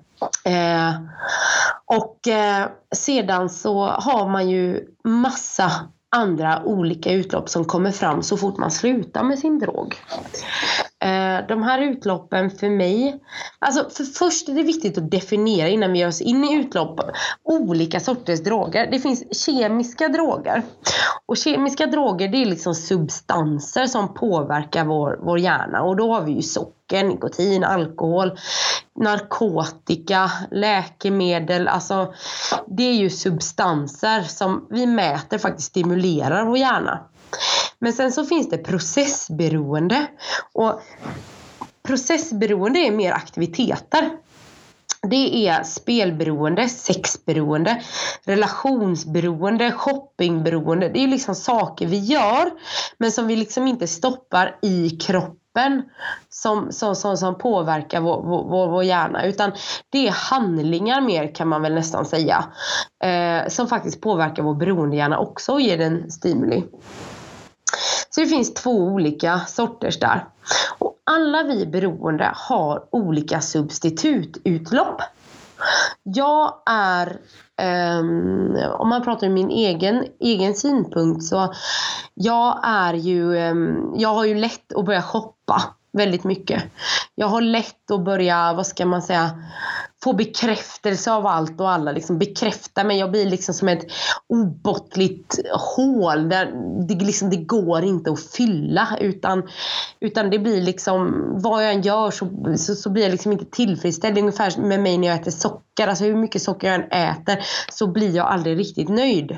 Sedan så har man ju massa andra olika utlopp som kommer fram så fort man slutar med sin drog. De här utloppen för mig, alltså för först är det viktigt att definiera innan vi gör oss in i utlopp olika sorters droger. Det finns kemiska droger. Och kemiska droger, det är liksom substanser som påverkar vår hjärna. Och då har vi ju socker, nikotin, alkohol, narkotika, läkemedel. Alltså det är ju substanser som vi mäter faktiskt stimulerar vår hjärna. Men sen så finns det processberoende. Och processberoende är mer aktiviteter. Det är spelberoende, sexberoende, relationsberoende, shoppingberoende. Det är liksom saker vi gör men som vi liksom inte stoppar i kroppen som påverkar vår hjärna. Utan det är handlingar mer, kan man väl nästan säga, som faktiskt påverkar vår beroendehjärna också och ger den stimuli. Så det finns 2 olika sorters där. Och alla vi beroende har olika substitututlopp. Jag är, om man pratar om min egen synpunkt, så jag har ju lätt att börja shoppa väldigt mycket. Jag har lätt att börja, vad ska man säga, få bekräftelse av allt och alla, liksom bekräfta mig. Jag blir liksom som ett obottligt hål där det går inte att fylla, utan det blir liksom, vad jag än gör så blir jag liksom inte tillfredsställd. Ungefär med mig när jag äter socker, alltså hur mycket socker jag än äter så blir jag aldrig riktigt nöjd.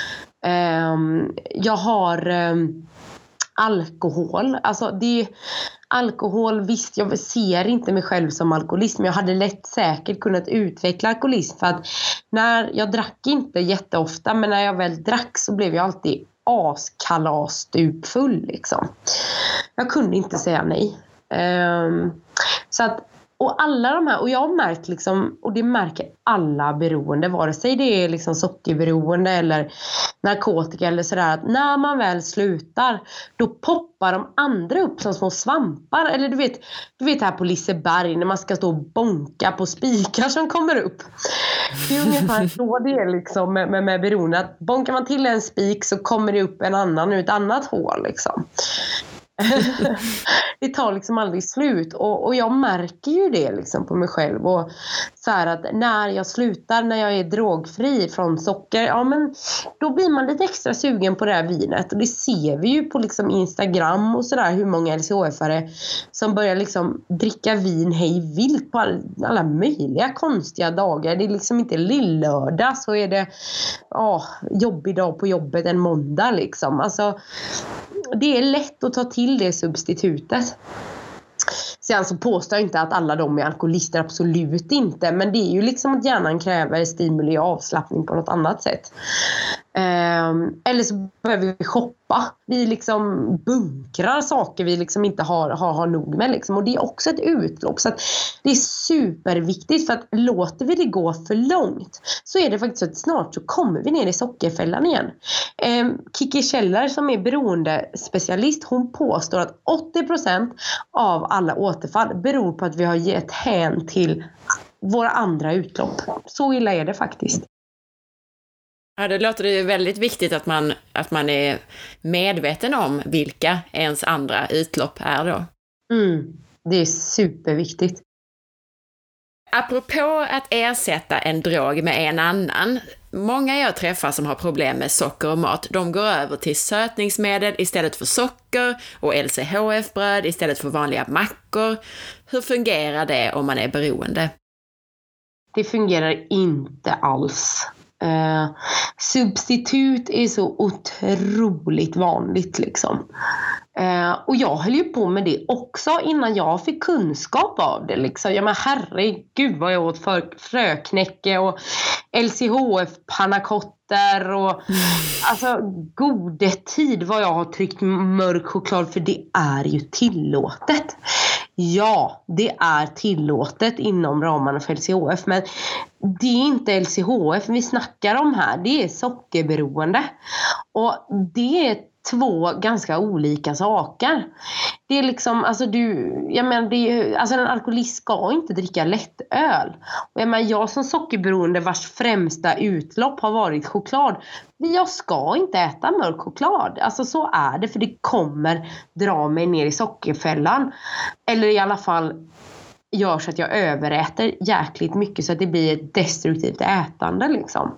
Jag har alkohol, alltså det alkohol, visst, jag ser inte mig själv som alkoholist, men jag hade lätt säkert kunnat utveckla alkoholism, för att när jag drack inte jätteofta, men när jag väl drack så blev jag alltid askalastupfull liksom. Jag kunde inte säga nej. Så att, och alla de här, och jag har märkt liksom, och det märker alla beroende, vare sig det är liksom sockerberoende eller narkotika eller sådär, att när man väl slutar, då poppar de andra upp som små svampar. Eller du vet här på Liseberg när man ska stå och bonka på spikar som kommer upp. Det är ungefär så det är liksom med beroende, att bonkar man till en spik så kommer det upp en annan ur ett annat hål liksom. Det tar liksom aldrig slut. Och jag märker ju det liksom på mig själv. Och så här att när jag slutar, när jag är drogfri från socker, ja men då blir man lite extra sugen på det här vinet. Och det ser vi ju på liksom Instagram och sådär, hur många LCHF-are som börjar liksom dricka vin hej vilt på alla möjliga konstiga dagar. Det är liksom inte lillördag, så är det jobbig dag på jobbet en måndag liksom. Alltså det är lätt att ta till det substitutet. Sen så påstår jag inte att alla de är alkoholister, absolut inte. Men det är ju liksom att hjärnan kräver stimuli och avslappning på något annat sätt. Eller så behöver vi shoppa. Vi liksom bunkrar saker vi liksom inte har nog med. Liksom. Och det är också ett utlopp. Så att det är superviktigt, för att låter vi det gå för långt så är det faktiskt så att snart så kommer vi ner i sockerfällan igen. Kiki Keller som är beroendespecialist, hon påstår att 80% av alla återfall beror på att vi har gett hän till våra andra utlopp. Så illa är det faktiskt. Ja, det låter ju väldigt viktigt att man är medveten om vilka ens andra utlopp är då. Det är superviktigt. Apropå att ersätta en drog med en annan. Många jag träffar som har problem med socker och mat, de går över till sötningsmedel istället för socker och LCHF-bröd istället för vanliga mackor. Hur fungerar det om man är beroende? Det fungerar inte alls. Substitut är så otroligt vanligt liksom. Och jag höll ju på med det också innan jag fick kunskap av det liksom. Ja men herregud vad jag åt för fröknäcke och LCHF-pannakotter och alltså godetid vad jag har tryckt mörk choklad, för det är ju tillåtet. Ja, det är tillåtet inom ramarna för LCHF, men det är inte LCHF vi snackar om här, det är sockerberoende. Och det är två ganska olika saker. Det är liksom, alltså en alkoholist ska inte dricka lättöl. Och jag som sockerberoende vars främsta utlopp har varit choklad, jag ska inte äta mörk choklad. Alltså så är det, för det kommer dra mig ner i sockerfällan. Eller i alla fall gör så att jag överäter jäkligt mycket så att det blir ett destruktivt ätande liksom.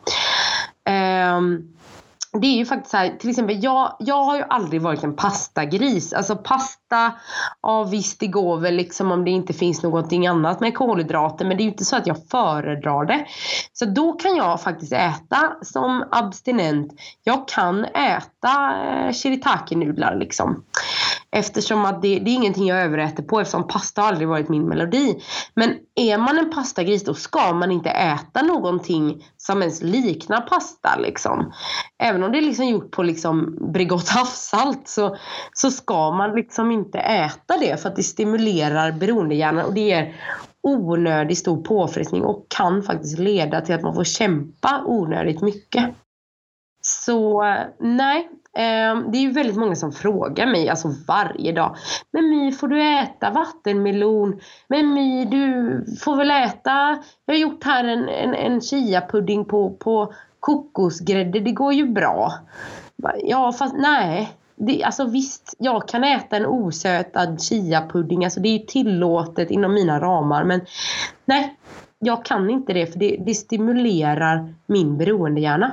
Det är ju faktiskt så här, till exempel jag har ju aldrig varit en pastagris. Alltså pasta, visst det går väl liksom om det inte finns någonting annat med kolhydrater, men det är ju inte så att jag föredrar det. Så då kan jag faktiskt äta som abstinent. Jag kan äta shirataki-nudlar liksom. Eftersom att det är ingenting jag överäter på, eftersom pasta har aldrig varit min melodi. Men är man en pastagris, då ska man inte äta någonting som ens liknar pasta liksom. Även om det är liksom gjort på liksom Bregott havssalt, så ska man liksom inte äta det, för att det stimulerar beroendehjärnan och det ger onödigt stor påfrestning och kan faktiskt leda till att man får kämpa onödigt mycket. Så nej, det är ju väldigt många som frågar mig alltså varje dag. Men My, får du äta vattenmelon? Men My, du får väl äta, jag har gjort här en chia-pudding på kokosgrädde, det går ju bra. Ja, fast nej. Alltså visst, jag kan äta en osötad chia-pudding, alltså det är ju tillåtet inom mina ramar, men nej, jag kan inte det, för det stimulerar min beroendehjärna.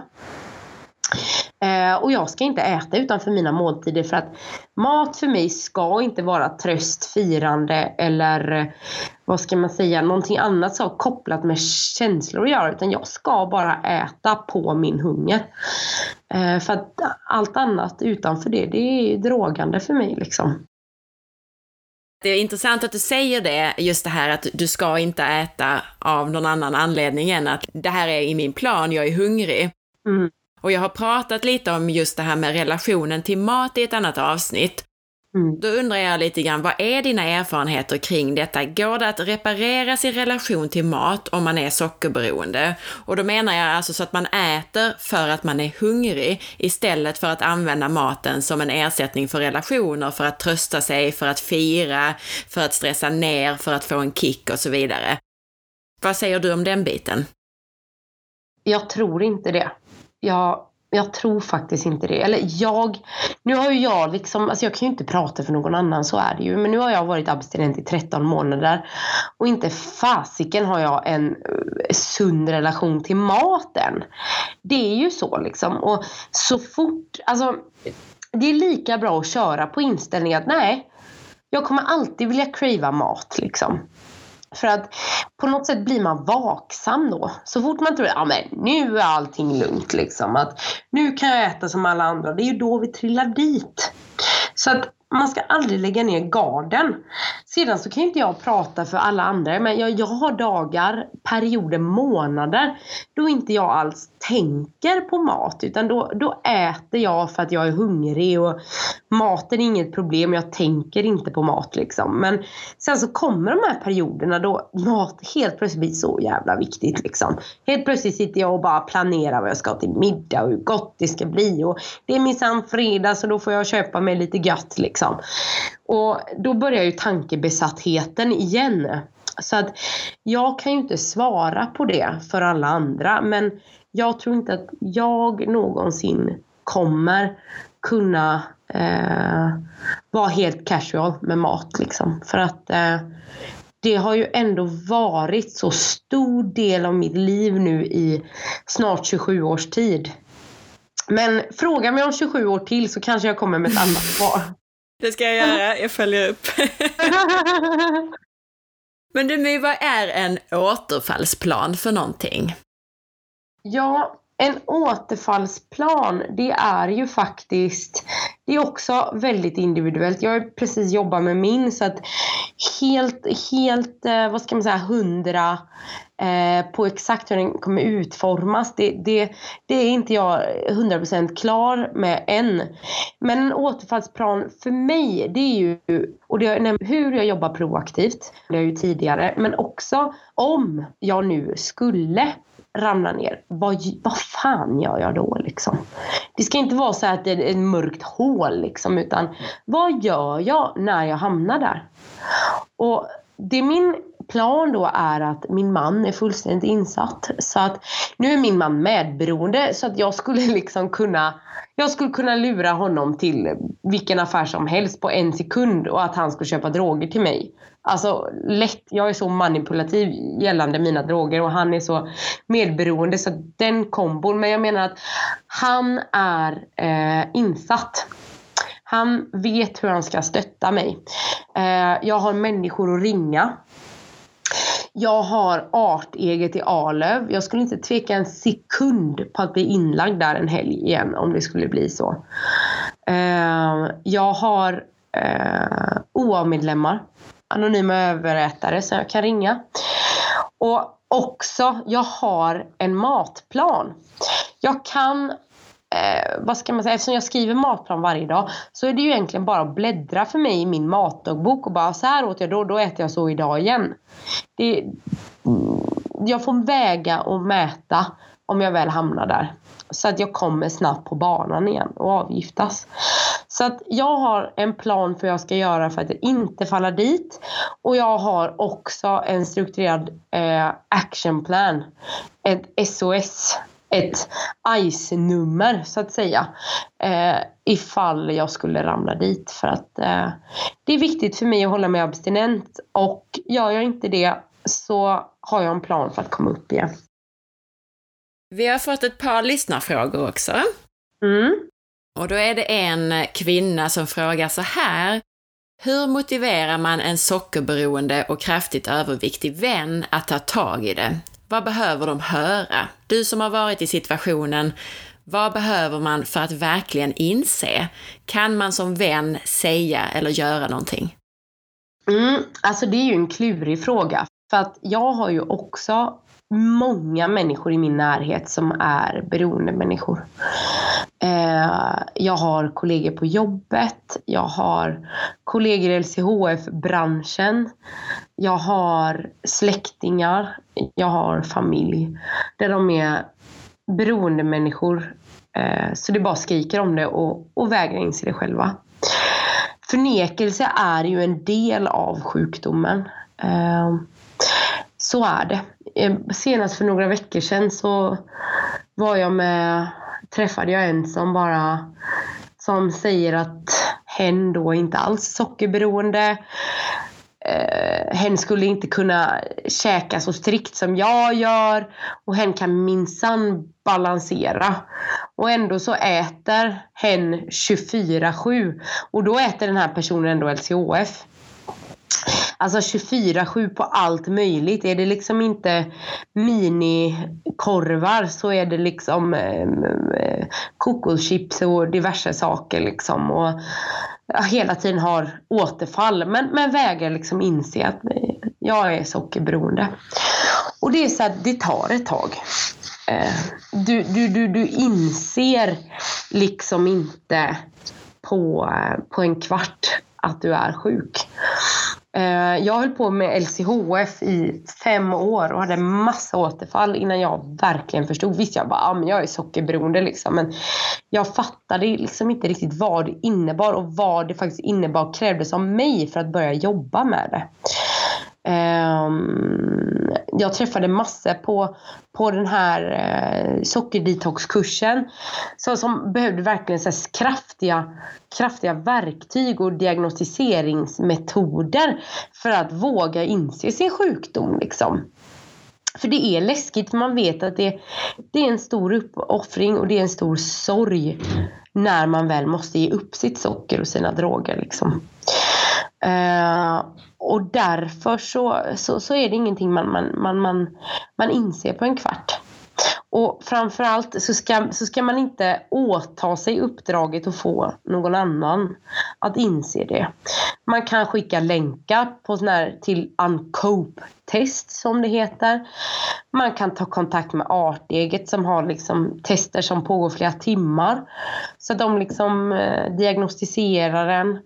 Och jag ska inte äta utanför mina måltider, för att mat för mig ska inte vara tröst, firande eller vad ska man säga, någonting annat så kopplat med känslor att göra, utan jag ska bara äta på min hunger. För att allt annat utanför det är drogande för mig liksom. Det är intressant att du säger det, just det här att du ska inte äta av någon annan anledning än att det här är i min plan, jag är hungrig. Mm. Och jag har pratat lite om just det här med relationen till mat i ett annat avsnitt. Då undrar jag lite grann, vad är dina erfarenheter kring detta? Går det att reparera sin relation till mat om man är sockerberoende? Och då menar jag alltså så att man äter för att man är hungrig istället för att använda maten som en ersättning för relationer, för att trösta sig, för att fira, för att stressa ner, för att få en kick och så vidare. Vad säger du om den biten? Jag tror inte det. Jag tror faktiskt inte det. Eller nu har ju jag liksom, alltså jag kan ju inte prata för någon annan, så är det ju. Men nu har jag varit abstinent i 13 månader. Och inte fasiken har jag en sund relation till maten. Det är ju så liksom. Och så fort, alltså det är lika bra att köra på inställning att nej, jag kommer alltid vilja crava mat liksom. För att på något sätt blir man vaksam då. Så fort man tror att nu är allting lugnt liksom. Att nu kan jag äta som alla andra. Det är ju då vi trillar dit. Så att man ska aldrig lägga ner garden. Sedan så kan inte jag prata för alla andra. Men jag har dagar, perioder, månader då inte jag alls tänker på mat. Utan då äter jag för att jag är hungrig. Och maten är inget problem. Jag tänker inte på mat liksom. Men sen så kommer de här perioderna då mat helt plötsligt blir så jävla viktigt liksom. Helt plötsligt sitter jag och bara planerar vad jag ska till middag och hur gott det ska bli. Och det är minsann fredag, så då får jag köpa mig lite gött liksom. Och då börjar ju tankebesattheten igen. Så att jag kan ju inte svara på det för alla andra. Men jag tror inte att jag någonsin kommer kunna vara helt casual med mat liksom. För att det har ju ändå varit så stor del av mitt liv nu i snart 27 års tid. Men fråga mig om 27 år till så kanske jag kommer med ett annat svar. Det ska jag göra, jag följer upp. Men du My, vad är en återfallsplan för någonting? Ja, en återfallsplan, det är ju faktiskt, det är också väldigt individuellt. Jag har precis jobbat med min, så att helt vad ska man säga, 100 på exakt hur den kommer utformas, det är inte jag 100% klar med än. Men en återfallsplan för mig, det är ju, och det är hur jag jobbar proaktivt, det är ju tidigare, men också om jag nu skulle ramla ner, vad fan gör jag då liksom? Det ska inte vara så att det är ett mörkt hål liksom, utan vad gör jag när jag hamnar där? Och det min plan då är att min man är fullständigt insatt, så att nu är min man medberoende, så att jag skulle liksom kunna lura honom till vilken affär som helst på en sekund och att han skulle köpa droger till mig. Alltså lätt, jag är så manipulativ gällande mina droger och han är så medberoende, så den kombon. Men jag menar att han är insatt. Han vet hur han ska stötta mig. Jag har människor att ringa. Jag har arteget i Arlöv. Jag skulle inte tveka en sekund på att bli inlagd där en helg igen om det skulle bli så. Jag har OA-medlemmar, anonyma överätare, så jag kan ringa. Och också, jag har en matplan. Jag kan, vad ska man säga, eftersom jag skriver matplan varje dag, så är det ju egentligen bara att bläddra för mig i min matdagbok och bara så här åt jag då äter jag så idag igen. Jag får väga och mäta om jag väl hamnar där, så att jag kommer snabbt på banan igen och avgiftas. Så att jag har en plan för vad jag ska göra för att jag inte faller dit. Och jag har också en strukturerad actionplan. Ett SOS. Ett ICE-nummer så att säga. Ifall jag skulle ramla dit. För att det är viktigt för mig att hålla mig abstinent. Och gör jag inte det så har jag en plan för att komma upp igen. Vi har fått ett par lyssnarfrågor också. Och då är det en kvinna som frågar så här: hur motiverar man en sockerberoende och kraftigt överviktig vän att ta tag i det? Vad behöver de höra? Du som har varit i situationen, vad behöver man för att verkligen inse? Kan man som vän säga eller göra någonting? Alltså det är ju en klurig fråga. För att jag har ju också många människor i min närhet som är beroende människor. Jag har kollegor på jobbet. Jag har kollegor i LCHF-branschen. Jag har släktingar. Jag har familj. Där de är beroende människor. Så det bara skriker om det och vägrar inse det själva. Förnekelse är ju en del av sjukdomen. Så är det. Senast för några veckor sedan så var jag med träffade jag en som säger att hen då inte alls sockerberoende. Hen skulle inte kunna käka så strikt som jag gör. Och hen kan minsann balansera. Och ändå så äter hen 24/7. Och då äter den här personen ändå LCHF. Alltså 24/7 på allt möjligt. Är det liksom inte minikorvar så är det liksom kokoschips och diverse saker liksom. Och hela tiden har återfall. Men väger liksom inse att jag är sockerberoende. Och det är så att det tar ett tag. Du inser liksom inte på en kvart att du är sjuk. Jag höll på med LCHF i 5 år och hade massa återfall innan jag verkligen förstod. Visst, jag bara, men jag är sockerberoende liksom. Men jag fattade liksom inte riktigt vad det innebar och vad det faktiskt innebar och krävdes av mig för att börja jobba med det. Jag träffade massor på den här sockerdetoxkursen som behövde verkligen så här kraftiga verktyg och diagnostiseringsmetoder för att våga inse sin sjukdom liksom. För det är läskigt, man vet att det är en stor uppoffring och det är en stor sorg när man väl måste ge upp sitt socker och sina droger liksom. Och därför så är det ingenting man inser på en kvart. Och framförallt så ska man inte åta sig uppdraget och få någon annan att inse det. Man kan skicka länkar på sån här till Uncope-test som det heter. Man kan ta kontakt med Arteget som har liksom tester som pågår flera timmar. Så de liksom diagnostiserar den.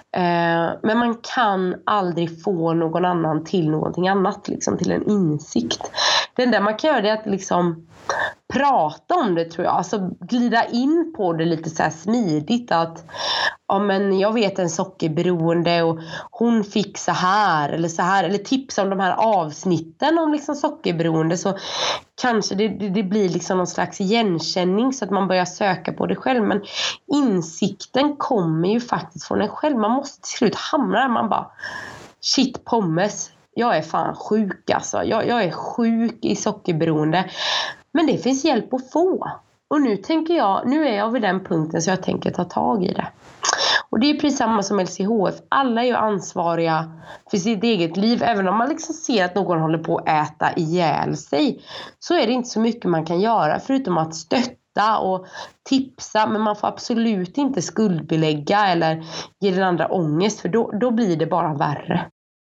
Men man kan aldrig få någon annan till någonting annat. Liksom till en insikt. Det enda man kan göra är att liksom prata om det, tror jag. Alltså glida in på det lite så här smidigt. Att ja, men jag vet en sockerberoende och hon fick så här. Eller tipsa om de här avsnitten om liksom sockerberoende. Så kanske det blir liksom någon slags igenkänning så att man börjar söka på det själv. Men insikten kommer ju faktiskt från en själv. Man måste till slut hamna där man bara shit pommes. Jag är fan sjuk alltså. Jag är sjuk i sockerberoende. Men det finns hjälp att få. Och nu är jag vid den punkten så jag tänker ta tag i det. Och det är precis samma som LCHF. Alla är ju ansvariga för sitt eget liv. Även om man liksom ser att någon håller på att äta ihjäl sig. Så är det inte så mycket man kan göra förutom att stötta och tipsa. Men man får absolut inte skuldbelägga eller ge den andra ångest. För då blir det bara värre.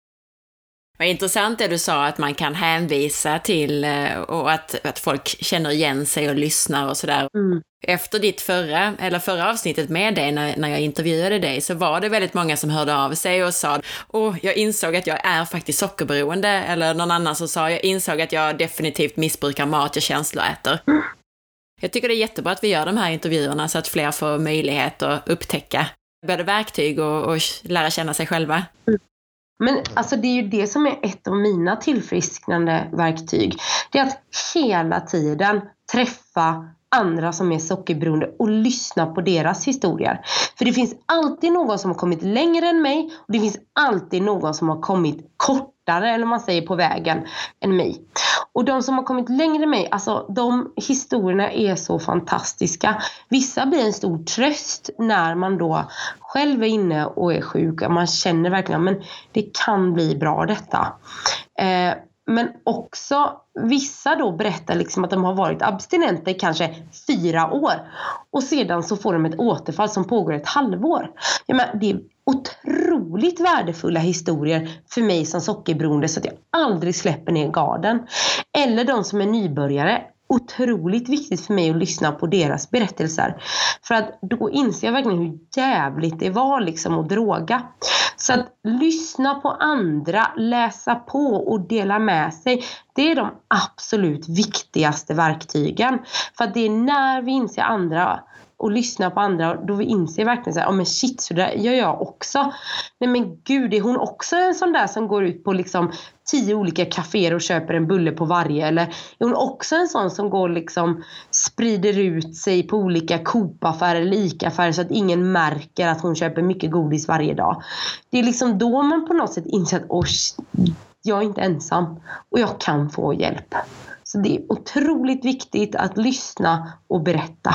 Vad intressant det du sa att man kan hänvisa till och att folk känner igen sig och lyssnar och sådär. Mm. Efter ditt förra avsnittet med dig när jag intervjuade dig så var det väldigt många som hörde av sig och sa jag insåg att jag är faktiskt sockerberoende, eller någon annan som sa jag insåg att jag definitivt missbrukar mat jag känsloäter. Mm. Jag tycker det är jättebra att vi gör de här intervjuerna så att fler får möjlighet att upptäcka både verktyg och lära känna sig själva. Mm. Men alltså det är ju det som är ett av mina tillfrisknande verktyg. Det är att hela tiden träffa andra som är sockerberoende och lyssna på deras historier. För det finns alltid någon som har kommit längre än mig och det finns alltid någon som har kommit kortare, eller man säger på vägen, än mig. Och de som har kommit längre än mig, alltså de historierna är så fantastiska. Vissa blir en stor tröst när man då själv är inne och är sjuk. Man känner verkligen men det kan bli bra detta. Men också vissa då berättar liksom att de har varit abstinenter i kanske 4 år. Och sedan så får de ett återfall som pågår ett halvår. Det är otroligt värdefulla historier för mig som sockerberoende så att jag aldrig släpper ner garden. Eller de som är nybörjare. Otroligt viktigt för mig att lyssna på deras berättelser. För att då inser jag verkligen hur jävligt det var liksom att droga. Så att lyssna på andra, läsa på och dela med sig. Det är de absolut viktigaste verktygen. För att det är när vi inser andra och lyssnar på andra, då vi inser verkligen så här, men shit, så där gör jag också. Nej men gud, är hon också en sån där som går ut på liksom 10 olika kaféer och köper en bulle på varje? Eller är hon också en sån som går liksom, sprider ut sig på olika Coop-affärer eller ICA-affärer så att ingen märker att hon köper mycket godis varje dag? Det är liksom då man på något sätt inser att jag är inte ensam och jag kan få hjälp. Så det är otroligt viktigt att lyssna och berätta.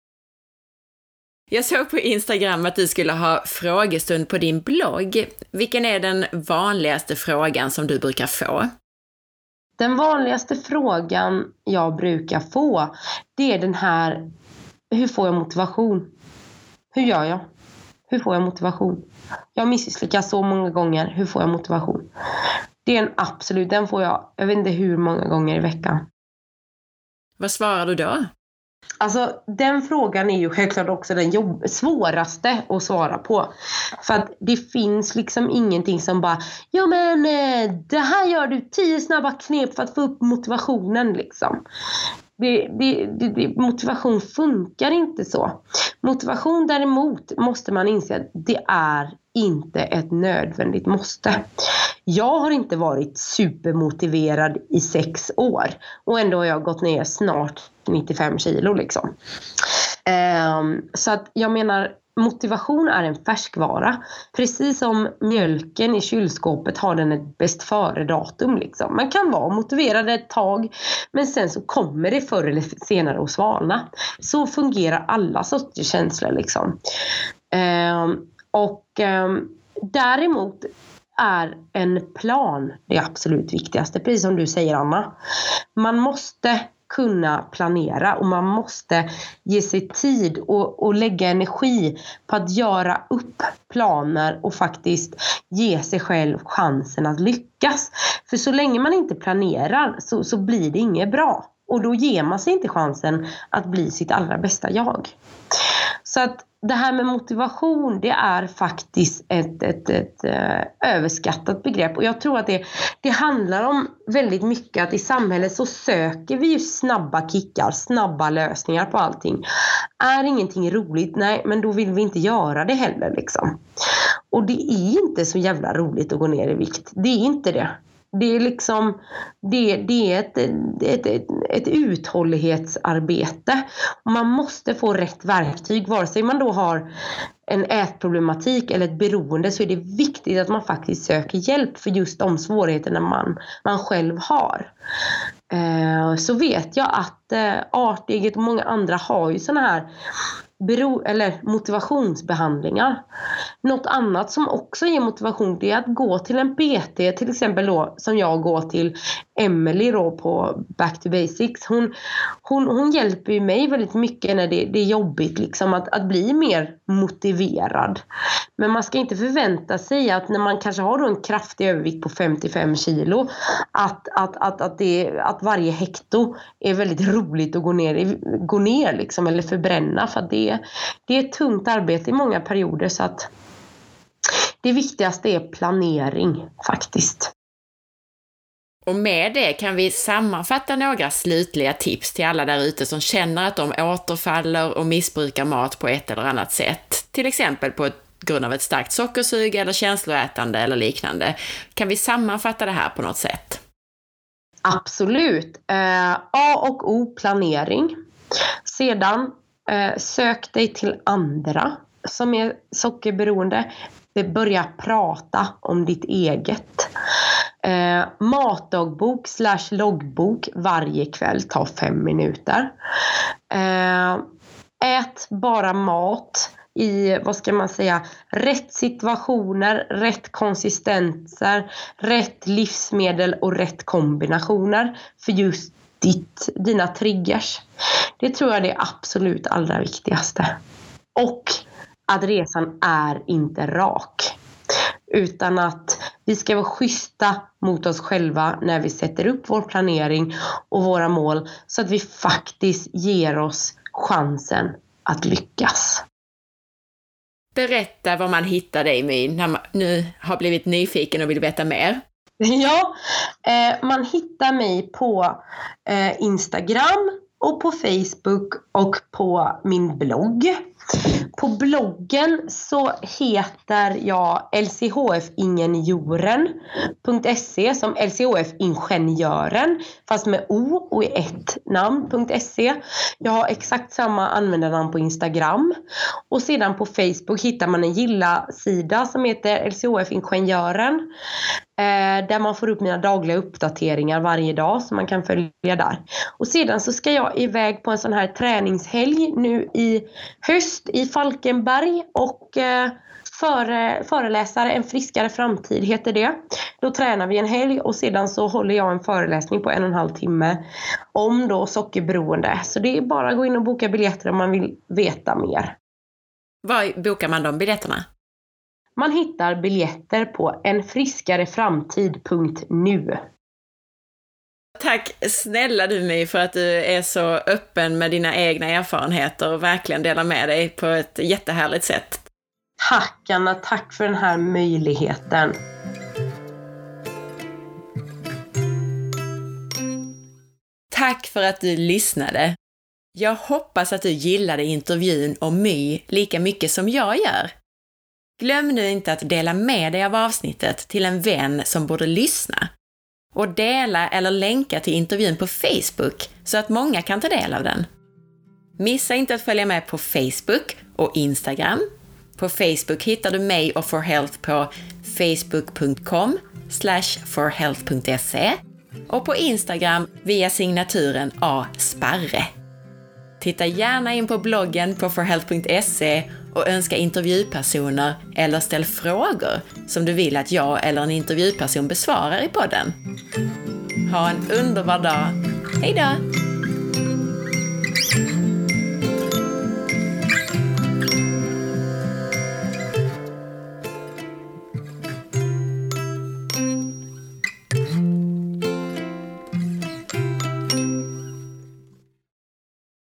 Jag såg på Instagram att du skulle ha frågestund på din blogg. Vilken är den vanligaste frågan som du brukar få? Den vanligaste frågan jag brukar få, det är den här: hur får jag motivation? Hur gör jag? Hur får jag motivation? Jag misslyckas så många gånger. Hur får jag motivation? Det är en absolut, den får jag vet inte hur många gånger i veckan. Vad svarar du då? Alltså den frågan är ju självklart också den svåraste att svara på. För att det finns liksom ingenting som bara, ja men det här gör du 10 snabba knep för att få upp motivationen liksom. Motivation funkar inte så. Motivation däremot måste man inse att det är inte ett nödvändigt måste. Jag har inte varit supermotiverad i 6 år och ändå har jag gått ner snart 95 kilo liksom. Så att jag menar, motivation är en färskvara. Precis som mjölken i kylskåpet har den ett bäst före datum liksom. Man kan vara motiverad ett tag, men sen så kommer det förr eller senare att svalna. Så fungerar alla sorters känslor liksom. Däremot är en plan det absolut viktigaste. Precis som du säger, Anna. Man måste kunna planera och man måste ge sig tid och lägga energi på att göra upp planer och faktiskt ge sig själv chansen att lyckas. För så länge man inte planerar så blir det inget bra. Och då ger man sig inte chansen att bli sitt allra bästa jag. Så att det här med motivation, det är faktiskt ett överskattat begrepp. Och jag tror att det handlar om väldigt mycket att i samhället så söker vi ju snabba kickar, snabba lösningar på allting. Är ingenting roligt? Nej, men då vill vi inte göra det heller liksom. Och det är inte så jävla roligt att gå ner i vikt. Det är inte det. Det är liksom det är ett uthållighetsarbete. Man måste få rätt verktyg. Vare sig man då har en ätproblematik eller ett beroende, så är det viktigt att man faktiskt söker hjälp för just de svårigheterna man själv har. Så vet jag att Arteget och många andra har ju såna här motivationsbehandlingar. Något annat som också ger motivation, det är att gå till en PT, till exempel då som jag går till Emily då på Back to Basics. Hon hjälper ju mig väldigt mycket när det är jobbigt liksom att bli mer motiverad. Men man ska inte förvänta sig att när man kanske har då en kraftig övervikt på 55 kilo att varje hekto är väldigt roligt att gå ner liksom, eller förbränna, för att det är ett tungt arbete i många perioder. Så att det viktigaste är planering faktiskt. Och med det kan vi sammanfatta några slutliga tips till alla där ute som känner att de återfaller och missbrukar mat på ett eller annat sätt. Till exempel på grund av ett starkt sockersug eller känsloätande eller liknande. Kan vi sammanfatta det här på något sätt? Absolut. A och O, planering. Sedan sök dig till andra som är sockerberoende. Börja prata om ditt eget. Matdagbok / loggbok varje kväll, ta 5 minuter. Ät bara mat i, rätt situationer, rätt konsistenser, rätt livsmedel och rätt kombinationer för just dina triggers. Det tror jag är det absolut allra viktigaste. Och att resan är inte rak. Utan att vi ska vara schyssta mot oss själva när vi sätter upp vår planering och våra mål, så att vi faktiskt ger oss chansen att lyckas. Berätta vad man hittar dig med när man nu har blivit nyfiken och vill veta mer. Ja, man hittar mig på Instagram och på Facebook och på min blogg. På bloggen så heter jag lchfingenjoren.se som lchfingenjören fast med o och i ett namn.se. Jag har exakt samma användarnamn på Instagram. Och sedan på Facebook hittar man en gilla-sida som heter lchfingenjören. Där man får upp mina dagliga uppdateringar varje dag som man kan följa där. Och sedan så ska jag iväg på en sån här träningshelg nu i höst i Falkenberg och föreläsare en friskare framtid heter det. Då tränar vi en helg och sedan så håller jag en föreläsning på 1,5 timme om då sockerberoende. Så det är bara att gå in och boka biljetter om man vill veta mer. Var bokar man de biljetterna? Man hittar biljetter på enfriskareframtid.nu. Tack snälla du My för att du är så öppen med dina egna erfarenheter och verkligen delar med dig på ett jättehärligt sätt. Tack Anna, tack för den här möjligheten. Tack för att du lyssnade. Jag hoppas att du gillade intervjun om My lika mycket som jag gör. Glöm nu inte att dela med dig av avsnittet till en vän som borde lyssna. Och dela eller länka till intervjun på Facebook så att många kan ta del av den. Missa inte att följa med på Facebook och Instagram. På Facebook hittar du mig och For Health på facebook.com/forhealth.se och på Instagram via signaturen asparre. Titta gärna in på bloggen på forhealth.se och önska intervjupersoner eller ställ frågor som du vill att jag eller en intervjuperson besvarar i podden. Ha en underbar dag. Hej då!